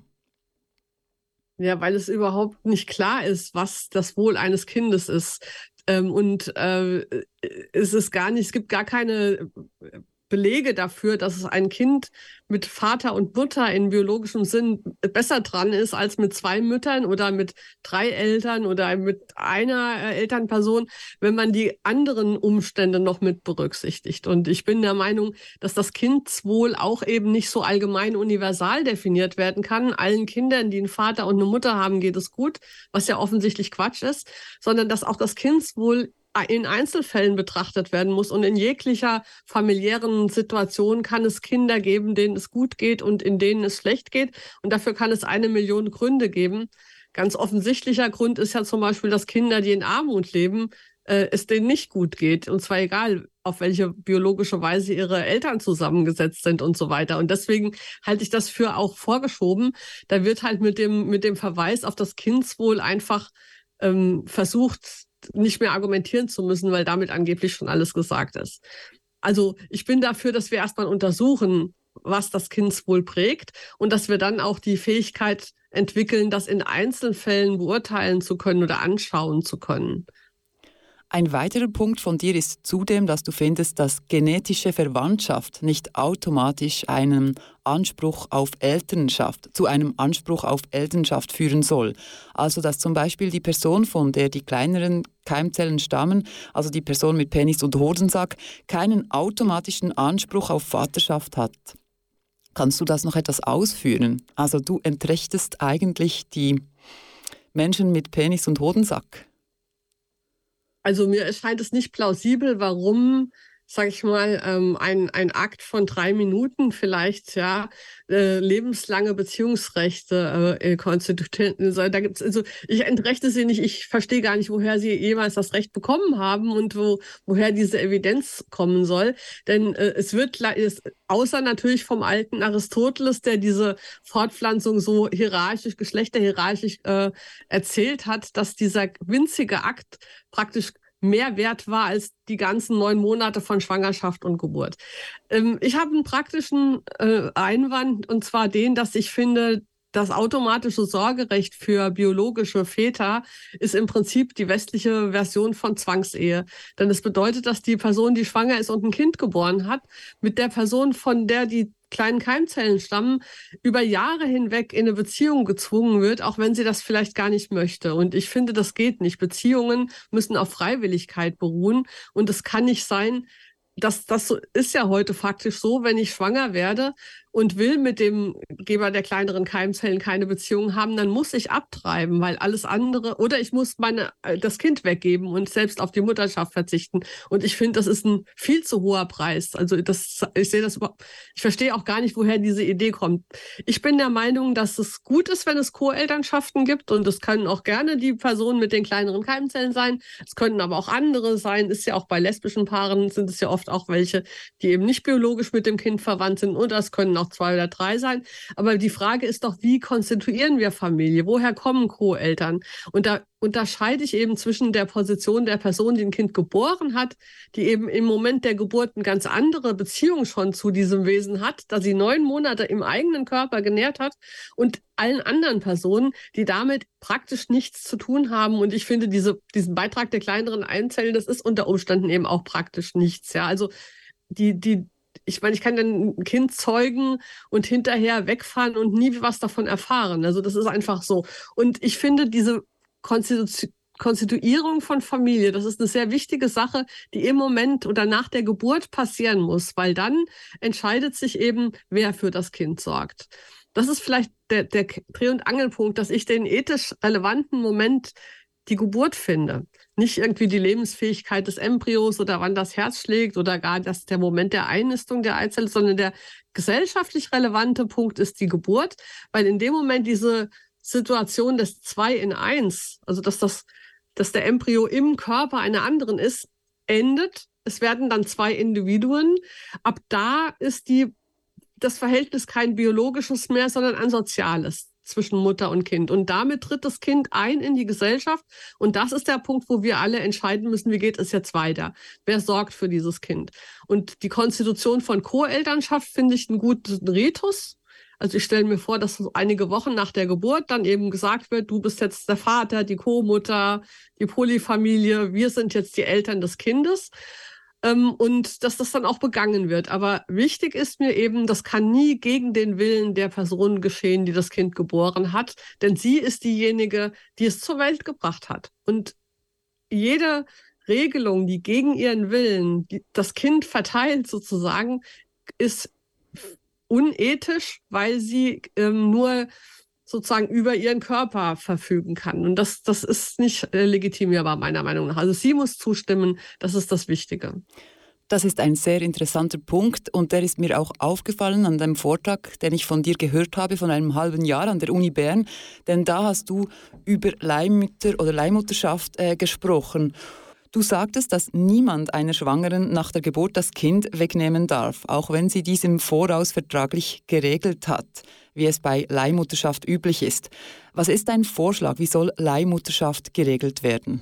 Speaker 8: Ja, weil es überhaupt nicht klar ist, was das Wohl eines Kindes ist. Ähm, und äh, es ist gar nicht, es gibt gar keine Belege dafür, dass es ein Kind mit Vater und Mutter in biologischem Sinn besser dran ist als mit zwei Müttern oder mit drei Eltern oder mit einer äh, Elternperson, wenn man die anderen Umstände noch mit berücksichtigt. Und ich bin der Meinung, dass das Kindeswohl auch eben nicht so allgemein universal definiert werden kann. Allen Kindern, die einen Vater und eine Mutter haben, geht es gut, was ja offensichtlich Quatsch ist, sondern dass auch das Kindeswohl in Einzelfällen betrachtet werden muss. Und in jeglicher familiären Situation kann es Kinder geben, denen es gut geht und in denen es schlecht geht. Und dafür kann es eine Million Gründe geben. Ganz offensichtlicher Grund ist ja zum Beispiel, dass Kinder, die in Armut leben, äh, es denen nicht gut geht. Und zwar egal, auf welche biologische Weise ihre Eltern zusammengesetzt sind und so weiter. Und deswegen halte ich das für auch vorgeschoben. Da wird halt mit dem, mit dem Verweis auf das Kindeswohl einfach ähm, versucht, nicht mehr argumentieren zu müssen, weil damit angeblich schon alles gesagt ist. Also ich bin dafür, dass wir erstmal untersuchen, was das Kindeswohl prägt und dass wir dann auch die Fähigkeit entwickeln, das in Einzelfällen beurteilen zu können oder anschauen zu können.
Speaker 5: Ein weiterer Punkt von dir ist zudem, dass du findest, dass genetische Verwandtschaft nicht automatisch einen Anspruch auf Elternschaft, zu einem Anspruch auf Elternschaft führen soll. Also dass zum Beispiel die Person, von der die kleineren Keimzellen stammen, also die Person mit Penis und Hodensack, keinen automatischen Anspruch auf Vaterschaft hat. Kannst du das noch etwas ausführen? Also du entrechtest eigentlich die Menschen mit Penis und Hodensack.
Speaker 8: Also mir erscheint es nicht plausibel, warum, sage ich mal, ähm, ein, ein Akt von drei Minuten vielleicht ja äh, lebenslange Beziehungsrechte äh, konstituieren soll. Da gibt's also ich entrechte sie nicht. Ich verstehe gar nicht, woher sie jemals das Recht bekommen haben und wo, woher diese Evidenz kommen soll. Denn äh, es wird es, außer natürlich vom alten Aristoteles, der diese Fortpflanzung so hierarchisch, geschlechterhierarchisch äh, erzählt hat, dass dieser winzige Akt praktisch mehr wert war als die ganzen neun Monate von Schwangerschaft und Geburt. Ähm, ich habe einen praktischen äh, Einwand, und zwar den, dass ich finde, das automatische Sorgerecht für biologische Väter ist im Prinzip die westliche Version von Zwangsehe. Denn es bedeutet, dass die Person, die schwanger ist und ein Kind geboren hat, mit der Person, von der die kleinen Keimzellen stammen, über Jahre hinweg in eine Beziehung gezwungen wird, auch wenn sie das vielleicht gar nicht möchte. Und ich finde, das geht nicht. Beziehungen müssen auf Freiwilligkeit beruhen. Und es kann nicht sein, das, das ist ja heute faktisch so, wenn ich schwanger werde und will mit dem Geber der kleineren Keimzellen keine Beziehung haben, dann muss ich abtreiben, weil alles andere, oder ich muss meine, das Kind weggeben und selbst auf die Mutterschaft verzichten. Und ich finde, das ist ein viel zu hoher Preis. Also das, ich sehe das überhaupt, ich verstehe auch gar nicht, woher diese Idee kommt. Ich bin der Meinung, dass es gut ist, wenn es Co-Elternschaften gibt, und es können auch gerne die Personen mit den kleineren Keimzellen sein. Es können aber auch andere sein. Ist ja auch bei lesbischen Paaren, sind es ja oft auch welche, die eben nicht biologisch mit dem Kind verwandt sind, oder es können auch zwei oder drei sein. Aber die Frage ist doch, wie konstituieren wir Familie? Woher kommen Co-Eltern? Und da unterscheide ich eben zwischen der Position der Person, die ein Kind geboren hat, die eben im Moment der Geburt eine ganz andere Beziehung schon zu diesem Wesen hat, da sie neun Monate im eigenen Körper genährt hat, und allen anderen Personen, die damit praktisch nichts zu tun haben. Und ich finde, diese, diesen Beitrag der kleineren Einzellen, das ist unter Umständen eben auch praktisch nichts. Ja, also die, die, ich meine, ich kann dann ein Kind zeugen und hinterher wegfahren und nie was davon erfahren. Also das ist einfach so. Und ich finde, diese Konstitu- Konstituierung von Familie, das ist eine sehr wichtige Sache, die im Moment oder nach der Geburt passieren muss, weil dann entscheidet sich eben, wer für das Kind sorgt. Das ist vielleicht der, der Dreh- und Angelpunkt, dass ich den ethisch relevanten Moment die Geburt finde. Nicht irgendwie die Lebensfähigkeit des Embryos oder wann das Herz schlägt oder gar das, der Moment der Einnistung der Eizelle, sondern der gesellschaftlich relevante Punkt ist die Geburt, weil in dem Moment diese Situation des Zwei in Eins, also dass, das, dass der Embryo im Körper einer anderen ist, endet. Es werden dann zwei Individuen. Ab da ist die, das Verhältnis kein biologisches mehr, sondern ein soziales zwischen Mutter und Kind. Und damit tritt das Kind ein in die Gesellschaft. Und das ist der Punkt, wo wir alle entscheiden müssen, wie geht es jetzt weiter? Wer sorgt für dieses Kind? Und die Konstitution von Co-Elternschaft finde ich einen guten Ritus. Also ich stelle mir vor, dass so einige Wochen nach der Geburt dann eben gesagt wird, du bist jetzt der Vater, die Co-Mutter, die Polyfamilie, wir sind jetzt die Eltern des Kindes. Ähm, und dass das dann auch begangen wird. Aber wichtig ist mir eben, das kann nie gegen den Willen der Person geschehen, die das Kind geboren hat. Denn sie ist diejenige, die es zur Welt gebracht hat. Und jede Regelung, die gegen ihren Willen die, das Kind verteilt sozusagen, ist unethisch, weil sie ähm, nur sozusagen über ihren Körper verfügen kann. Und das, das ist nicht äh, legitimierbar, meiner Meinung nach. Also sie muss zustimmen, das ist das Wichtige.
Speaker 5: Das ist ein sehr interessanter Punkt und der ist mir auch aufgefallen an dem Vortrag, den ich von dir gehört habe, von einem halben Jahr an der Uni Bern. Denn da hast du über Leihmütter oder Leihmutterschaft äh, gesprochen. Du sagtest, dass niemand einer Schwangeren nach der Geburt das Kind wegnehmen darf, auch wenn sie dies im Voraus vertraglich geregelt hat, wie es bei Leihmutterschaft üblich ist. Was ist dein Vorschlag? Wie soll Leihmutterschaft geregelt werden?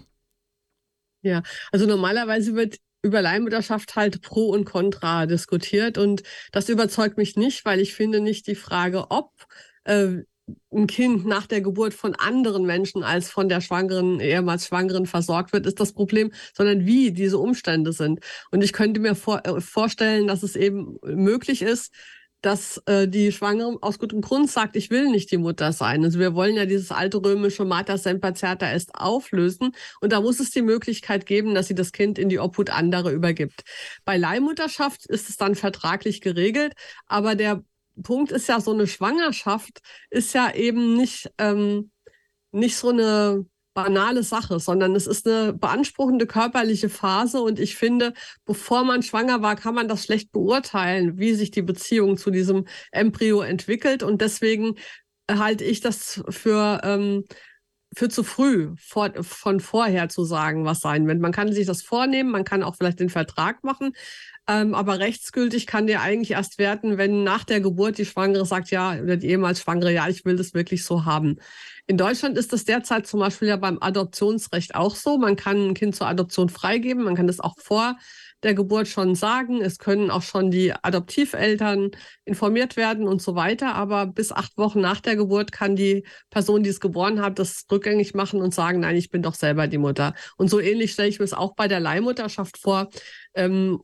Speaker 8: Ja, also normalerweise wird über Leihmutterschaft halt Pro und Contra diskutiert und das überzeugt mich nicht, weil ich finde nicht die Frage, ob äh, ein Kind nach der Geburt von anderen Menschen als von der Schwangeren, ehemals Schwangeren versorgt wird, ist das Problem, sondern wie diese Umstände sind. Und ich könnte mir vor, äh, vorstellen, dass es eben möglich ist, dass äh, die Schwangere aus gutem Grund sagt, ich will nicht die Mutter sein. Also wir wollen ja dieses alte römische Mater semper certa est auflösen. Und da muss es die Möglichkeit geben, dass sie das Kind in die Obhut anderer übergibt. Bei Leihmutterschaft ist es dann vertraglich geregelt, aber der Punkt ist ja, so eine Schwangerschaft ist ja eben nicht, ähm, nicht so eine banale Sache, sondern es ist eine beanspruchende körperliche Phase und ich finde, bevor man schwanger war, kann man das schlecht beurteilen, wie sich die Beziehung zu diesem Embryo entwickelt und deswegen halte ich das für, ähm, für zu früh, vor, von vorher zu sagen, was sein wird. Man kann sich das vornehmen, man kann auch vielleicht den Vertrag machen, Ähm, aber rechtsgültig kann der eigentlich erst werden, wenn nach der Geburt die Schwangere sagt, ja, oder die ehemals Schwangere, ja, ich will das wirklich so haben. In Deutschland ist das derzeit zum Beispiel ja beim Adoptionsrecht auch so. Man kann ein Kind zur Adoption freigeben, man kann das auch vor der Geburt schon sagen. Es können auch schon die Adoptiveltern informiert werden und so weiter. Aber bis acht Wochen nach der Geburt kann die Person, die es geboren hat, das rückgängig machen und sagen, nein, ich bin doch selber die Mutter. Und so ähnlich stelle ich mir es auch bei der Leihmutterschaft vor. Ähm,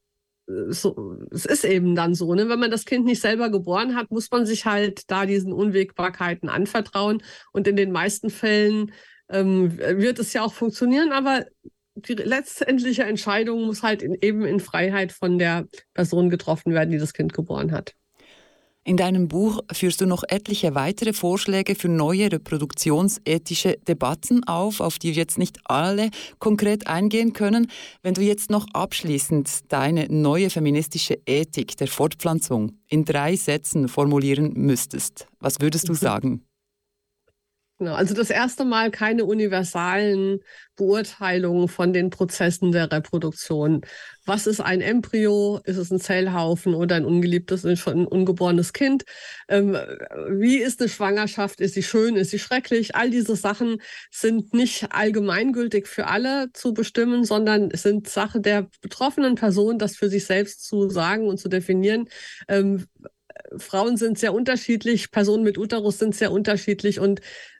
Speaker 8: So, es ist eben dann so, ne? Wenn man das Kind nicht selber geboren hat, muss man sich halt da diesen Unwägbarkeiten anvertrauen. Und in den meisten Fällen ähm, wird es ja auch funktionieren, aber die letztendliche Entscheidung muss halt in, eben in Freiheit von der Person getroffen werden, die das Kind geboren hat.
Speaker 5: In deinem Buch führst du noch etliche weitere Vorschläge für neue reproduktionsethische Debatten auf, auf die wir jetzt nicht alle konkret eingehen können. Wenn du jetzt noch abschließend deine neue feministische Ethik der Fortpflanzung in drei Sätzen formulieren müsstest, was würdest du sagen?
Speaker 8: Genau, also das erste Mal keine universalen Beurteilungen von den Prozessen der Reproduktion. Was ist ein Embryo? Ist es ein Zellhaufen oder ein ungeliebtes, ein ungeborenes Kind? Ähm, wie ist eine Schwangerschaft? Ist sie schön? Ist sie schrecklich? All diese Sachen sind nicht allgemeingültig für alle zu bestimmen, sondern es sind Sache der betroffenen Person, das für sich selbst zu sagen und zu definieren. Ähm, Frauen sind sehr unterschiedlich, Personen mit Uterus sind sehr unterschiedlich und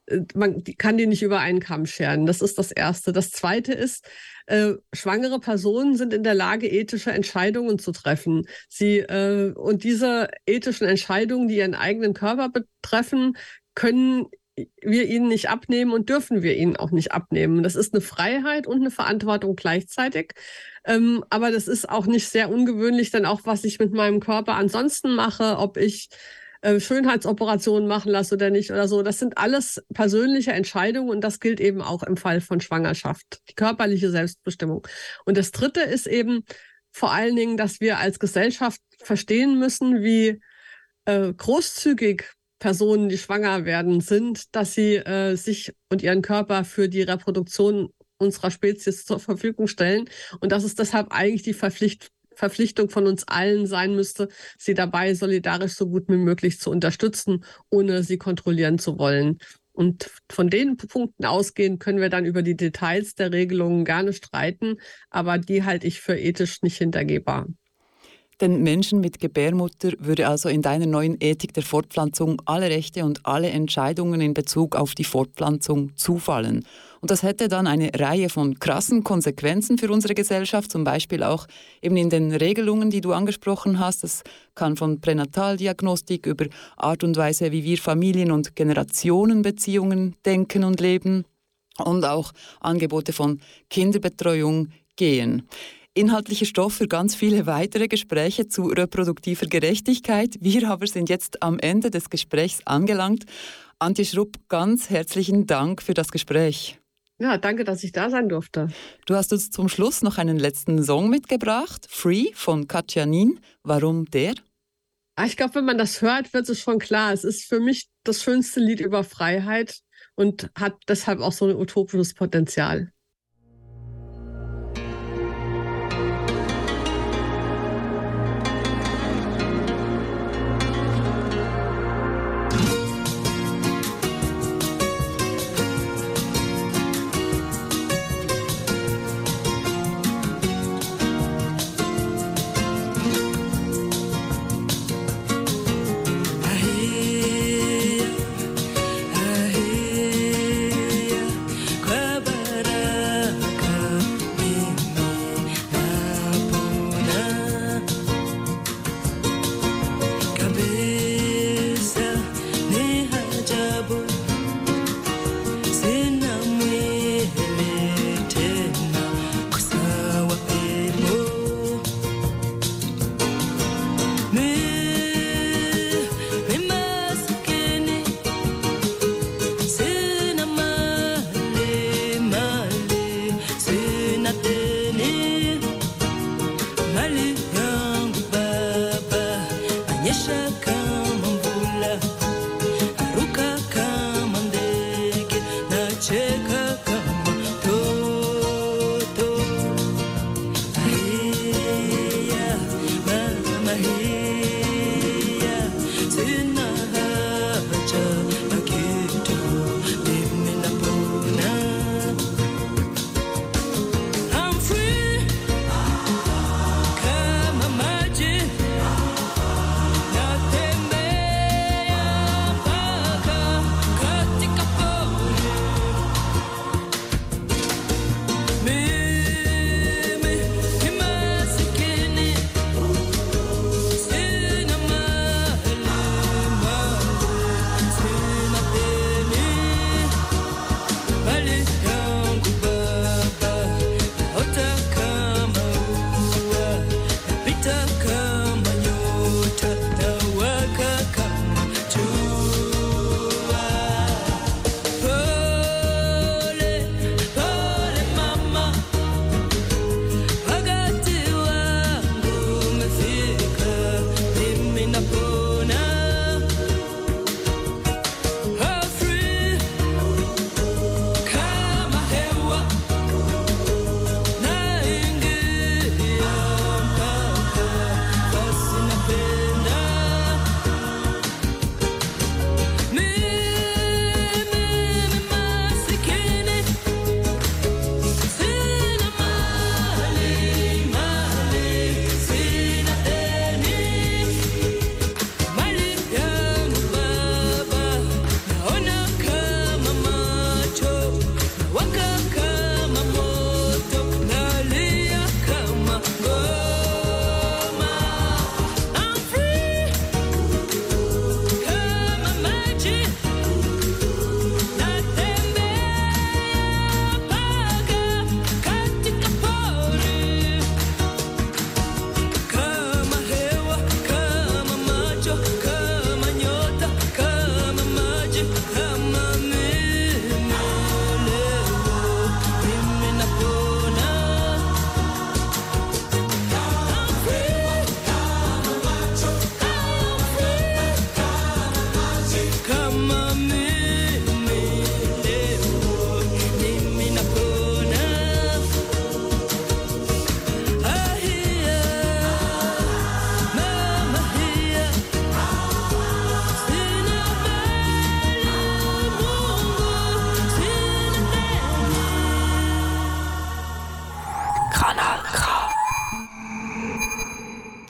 Speaker 8: man kann die nicht über einen Kamm scheren. Das ist das Erste. Das Zweite ist, äh, schwangere Personen sind in der Lage, ethische Entscheidungen zu treffen. Sie, äh, und diese ethischen Entscheidungen, die ihren eigenen Körper betreffen, können wir ihnen nicht abnehmen und dürfen wir ihnen auch nicht abnehmen. Das ist eine Freiheit und eine Verantwortung gleichzeitig. Ähm, aber das ist auch nicht sehr ungewöhnlich, dann auch, was ich mit meinem Körper ansonsten mache, ob ich äh, Schönheitsoperationen machen lasse oder nicht oder so. Das sind alles persönliche Entscheidungen und das gilt eben auch im Fall von Schwangerschaft, die körperliche Selbstbestimmung. Und das Dritte ist eben vor allen Dingen, dass wir als Gesellschaft verstehen müssen, wie äh, großzügig Personen, die schwanger werden, sind, dass sie äh, sich und ihren Körper für die Reproduktion unserer Spezies zur Verfügung stellen und dass es deshalb eigentlich die Verpflicht Verpflichtung von uns allen sein müsste, sie dabei solidarisch so gut wie möglich zu unterstützen, ohne sie kontrollieren zu wollen. Und von den Punkten ausgehend können wir dann über die Details der Regelungen gerne streiten, aber die halte ich für ethisch nicht hintergehbar.
Speaker 5: Den Menschen mit Gebärmutter würde also in deiner neuen Ethik der Fortpflanzung alle Rechte und alle Entscheidungen in Bezug auf die Fortpflanzung zufallen. Und das hätte dann eine Reihe von krassen Konsequenzen für unsere Gesellschaft, zum Beispiel auch eben in den Regelungen, die du angesprochen hast. Das kann von Pränataldiagnostik über Art und Weise, wie wir Familien- und Generationenbeziehungen denken und leben und auch Angebote von Kinderbetreuung gehen. Inhaltlicher Stoff für ganz viele weitere Gespräche zu reproduktiver Gerechtigkeit. Wir aber sind jetzt am Ende des Gesprächs angelangt. Antje Schrupp, ganz herzlichen Dank für das Gespräch.
Speaker 8: Ja, danke, dass ich da sein durfte.
Speaker 5: Du hast uns zum Schluss noch einen letzten Song mitgebracht, Free von Katja Nin. Warum der?
Speaker 8: Ich glaube, wenn man das hört, wird es schon klar. Es ist für mich das schönste Lied über Freiheit und hat deshalb auch so ein utopisches Potenzial.
Speaker 10: Ahey, ahey,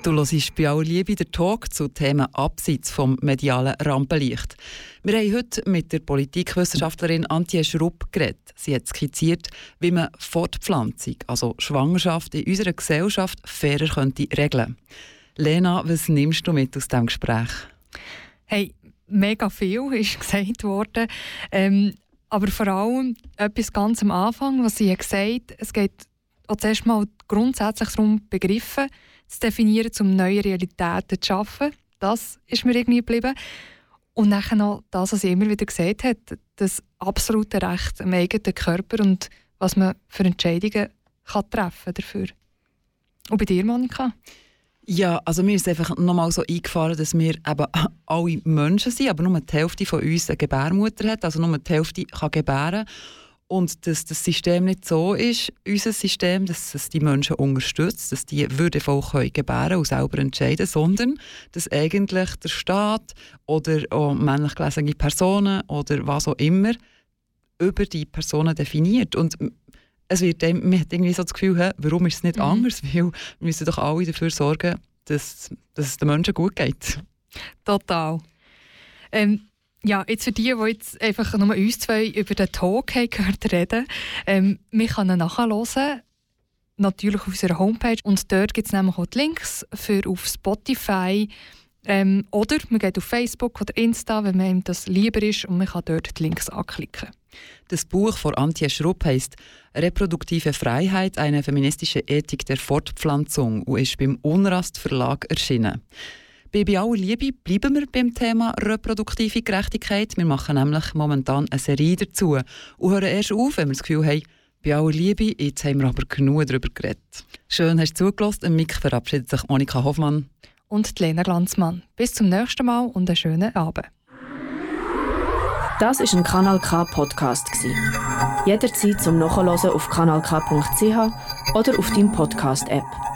Speaker 5: Du hörst bei aller Liebe den Talk zu Themen abseits vom medialen Rampenlicht. Wir haben heute mit der Politikwissenschaftlerin Antje Schrupp geredet. Sie hat skizziert, wie man Fortpflanzung, also Schwangerschaft in unserer Gesellschaft, fairer könnte regeln. Lena, was nimmst du mit aus diesem Gespräch?
Speaker 6: Hey, mega viel ist gesagt worden. Ähm, aber vor allem etwas ganz am Anfang, was sie gesagt hat, es geht auch zuerst mal grundsätzlich darum, Begriffe zu definieren, um neue Realitäten zu schaffen. Das ist mir irgendwie geblieben. Und dann noch das, was sie immer wieder gesagt hat, das absolute Recht am eigenen Körper und was man für Entscheidungen kann treffen dafür. Und bei dir, Monika?
Speaker 5: Ja, also mir ist einfach nochmal so eingefahren, dass wir eben alle Menschen sind, aber nur die Hälfte von uns eine Gebärmutter hat, also nur die Hälfte kann gebären. Und dass das System nicht so ist, unser System, dass es die Menschen unterstützt, dass die würdevoll können gebären und selber entscheiden, sondern dass eigentlich der Staat oder auch männlich gelesene Personen oder was auch immer über die Personen definiert. Und es wird dem, man hat irgendwie so das Gefühl, hey, warum ist es nicht mhm. anders? Weil wir müssen doch alle dafür sorgen, dass, dass es den Menschen gut geht.
Speaker 6: Total. Ähm, Ja, jetzt für die, die jetzt einfach nur uns zwei über den Talk haben gehört reden, ähm, wir können ihn nachhören, natürlich auf unserer Homepage. Und dort gibt es nämlich auch die Links für auf Spotify. Ähm, oder man geht auf Facebook oder Insta, wenn man das lieber ist, und man kann dort die Links anklicken.
Speaker 5: Das Buch von Antje Schrupp heisst «Reproduktive Freiheit, eine feministische Ethik der Fortpflanzung» und ist beim Unrast Verlag erschienen. Bei aller Liebe bleiben wir beim Thema reproduktive Gerechtigkeit. Wir machen nämlich momentan eine Serie dazu und hören erst auf, wenn wir das Gefühl haben, bei aller Liebe, jetzt haben wir aber genug darüber geredet. Schön, hast du zugelassen. Im Mic verabschiedet sich Monika Hoffmann
Speaker 6: und Lena Glanzmann. Bis zum nächsten Mal und einen schönen Abend.
Speaker 1: Das war ein Kanal K Podcast. Jederzeit zum Nachhören auf kanal k punkt c h oder auf deinem Podcast-App.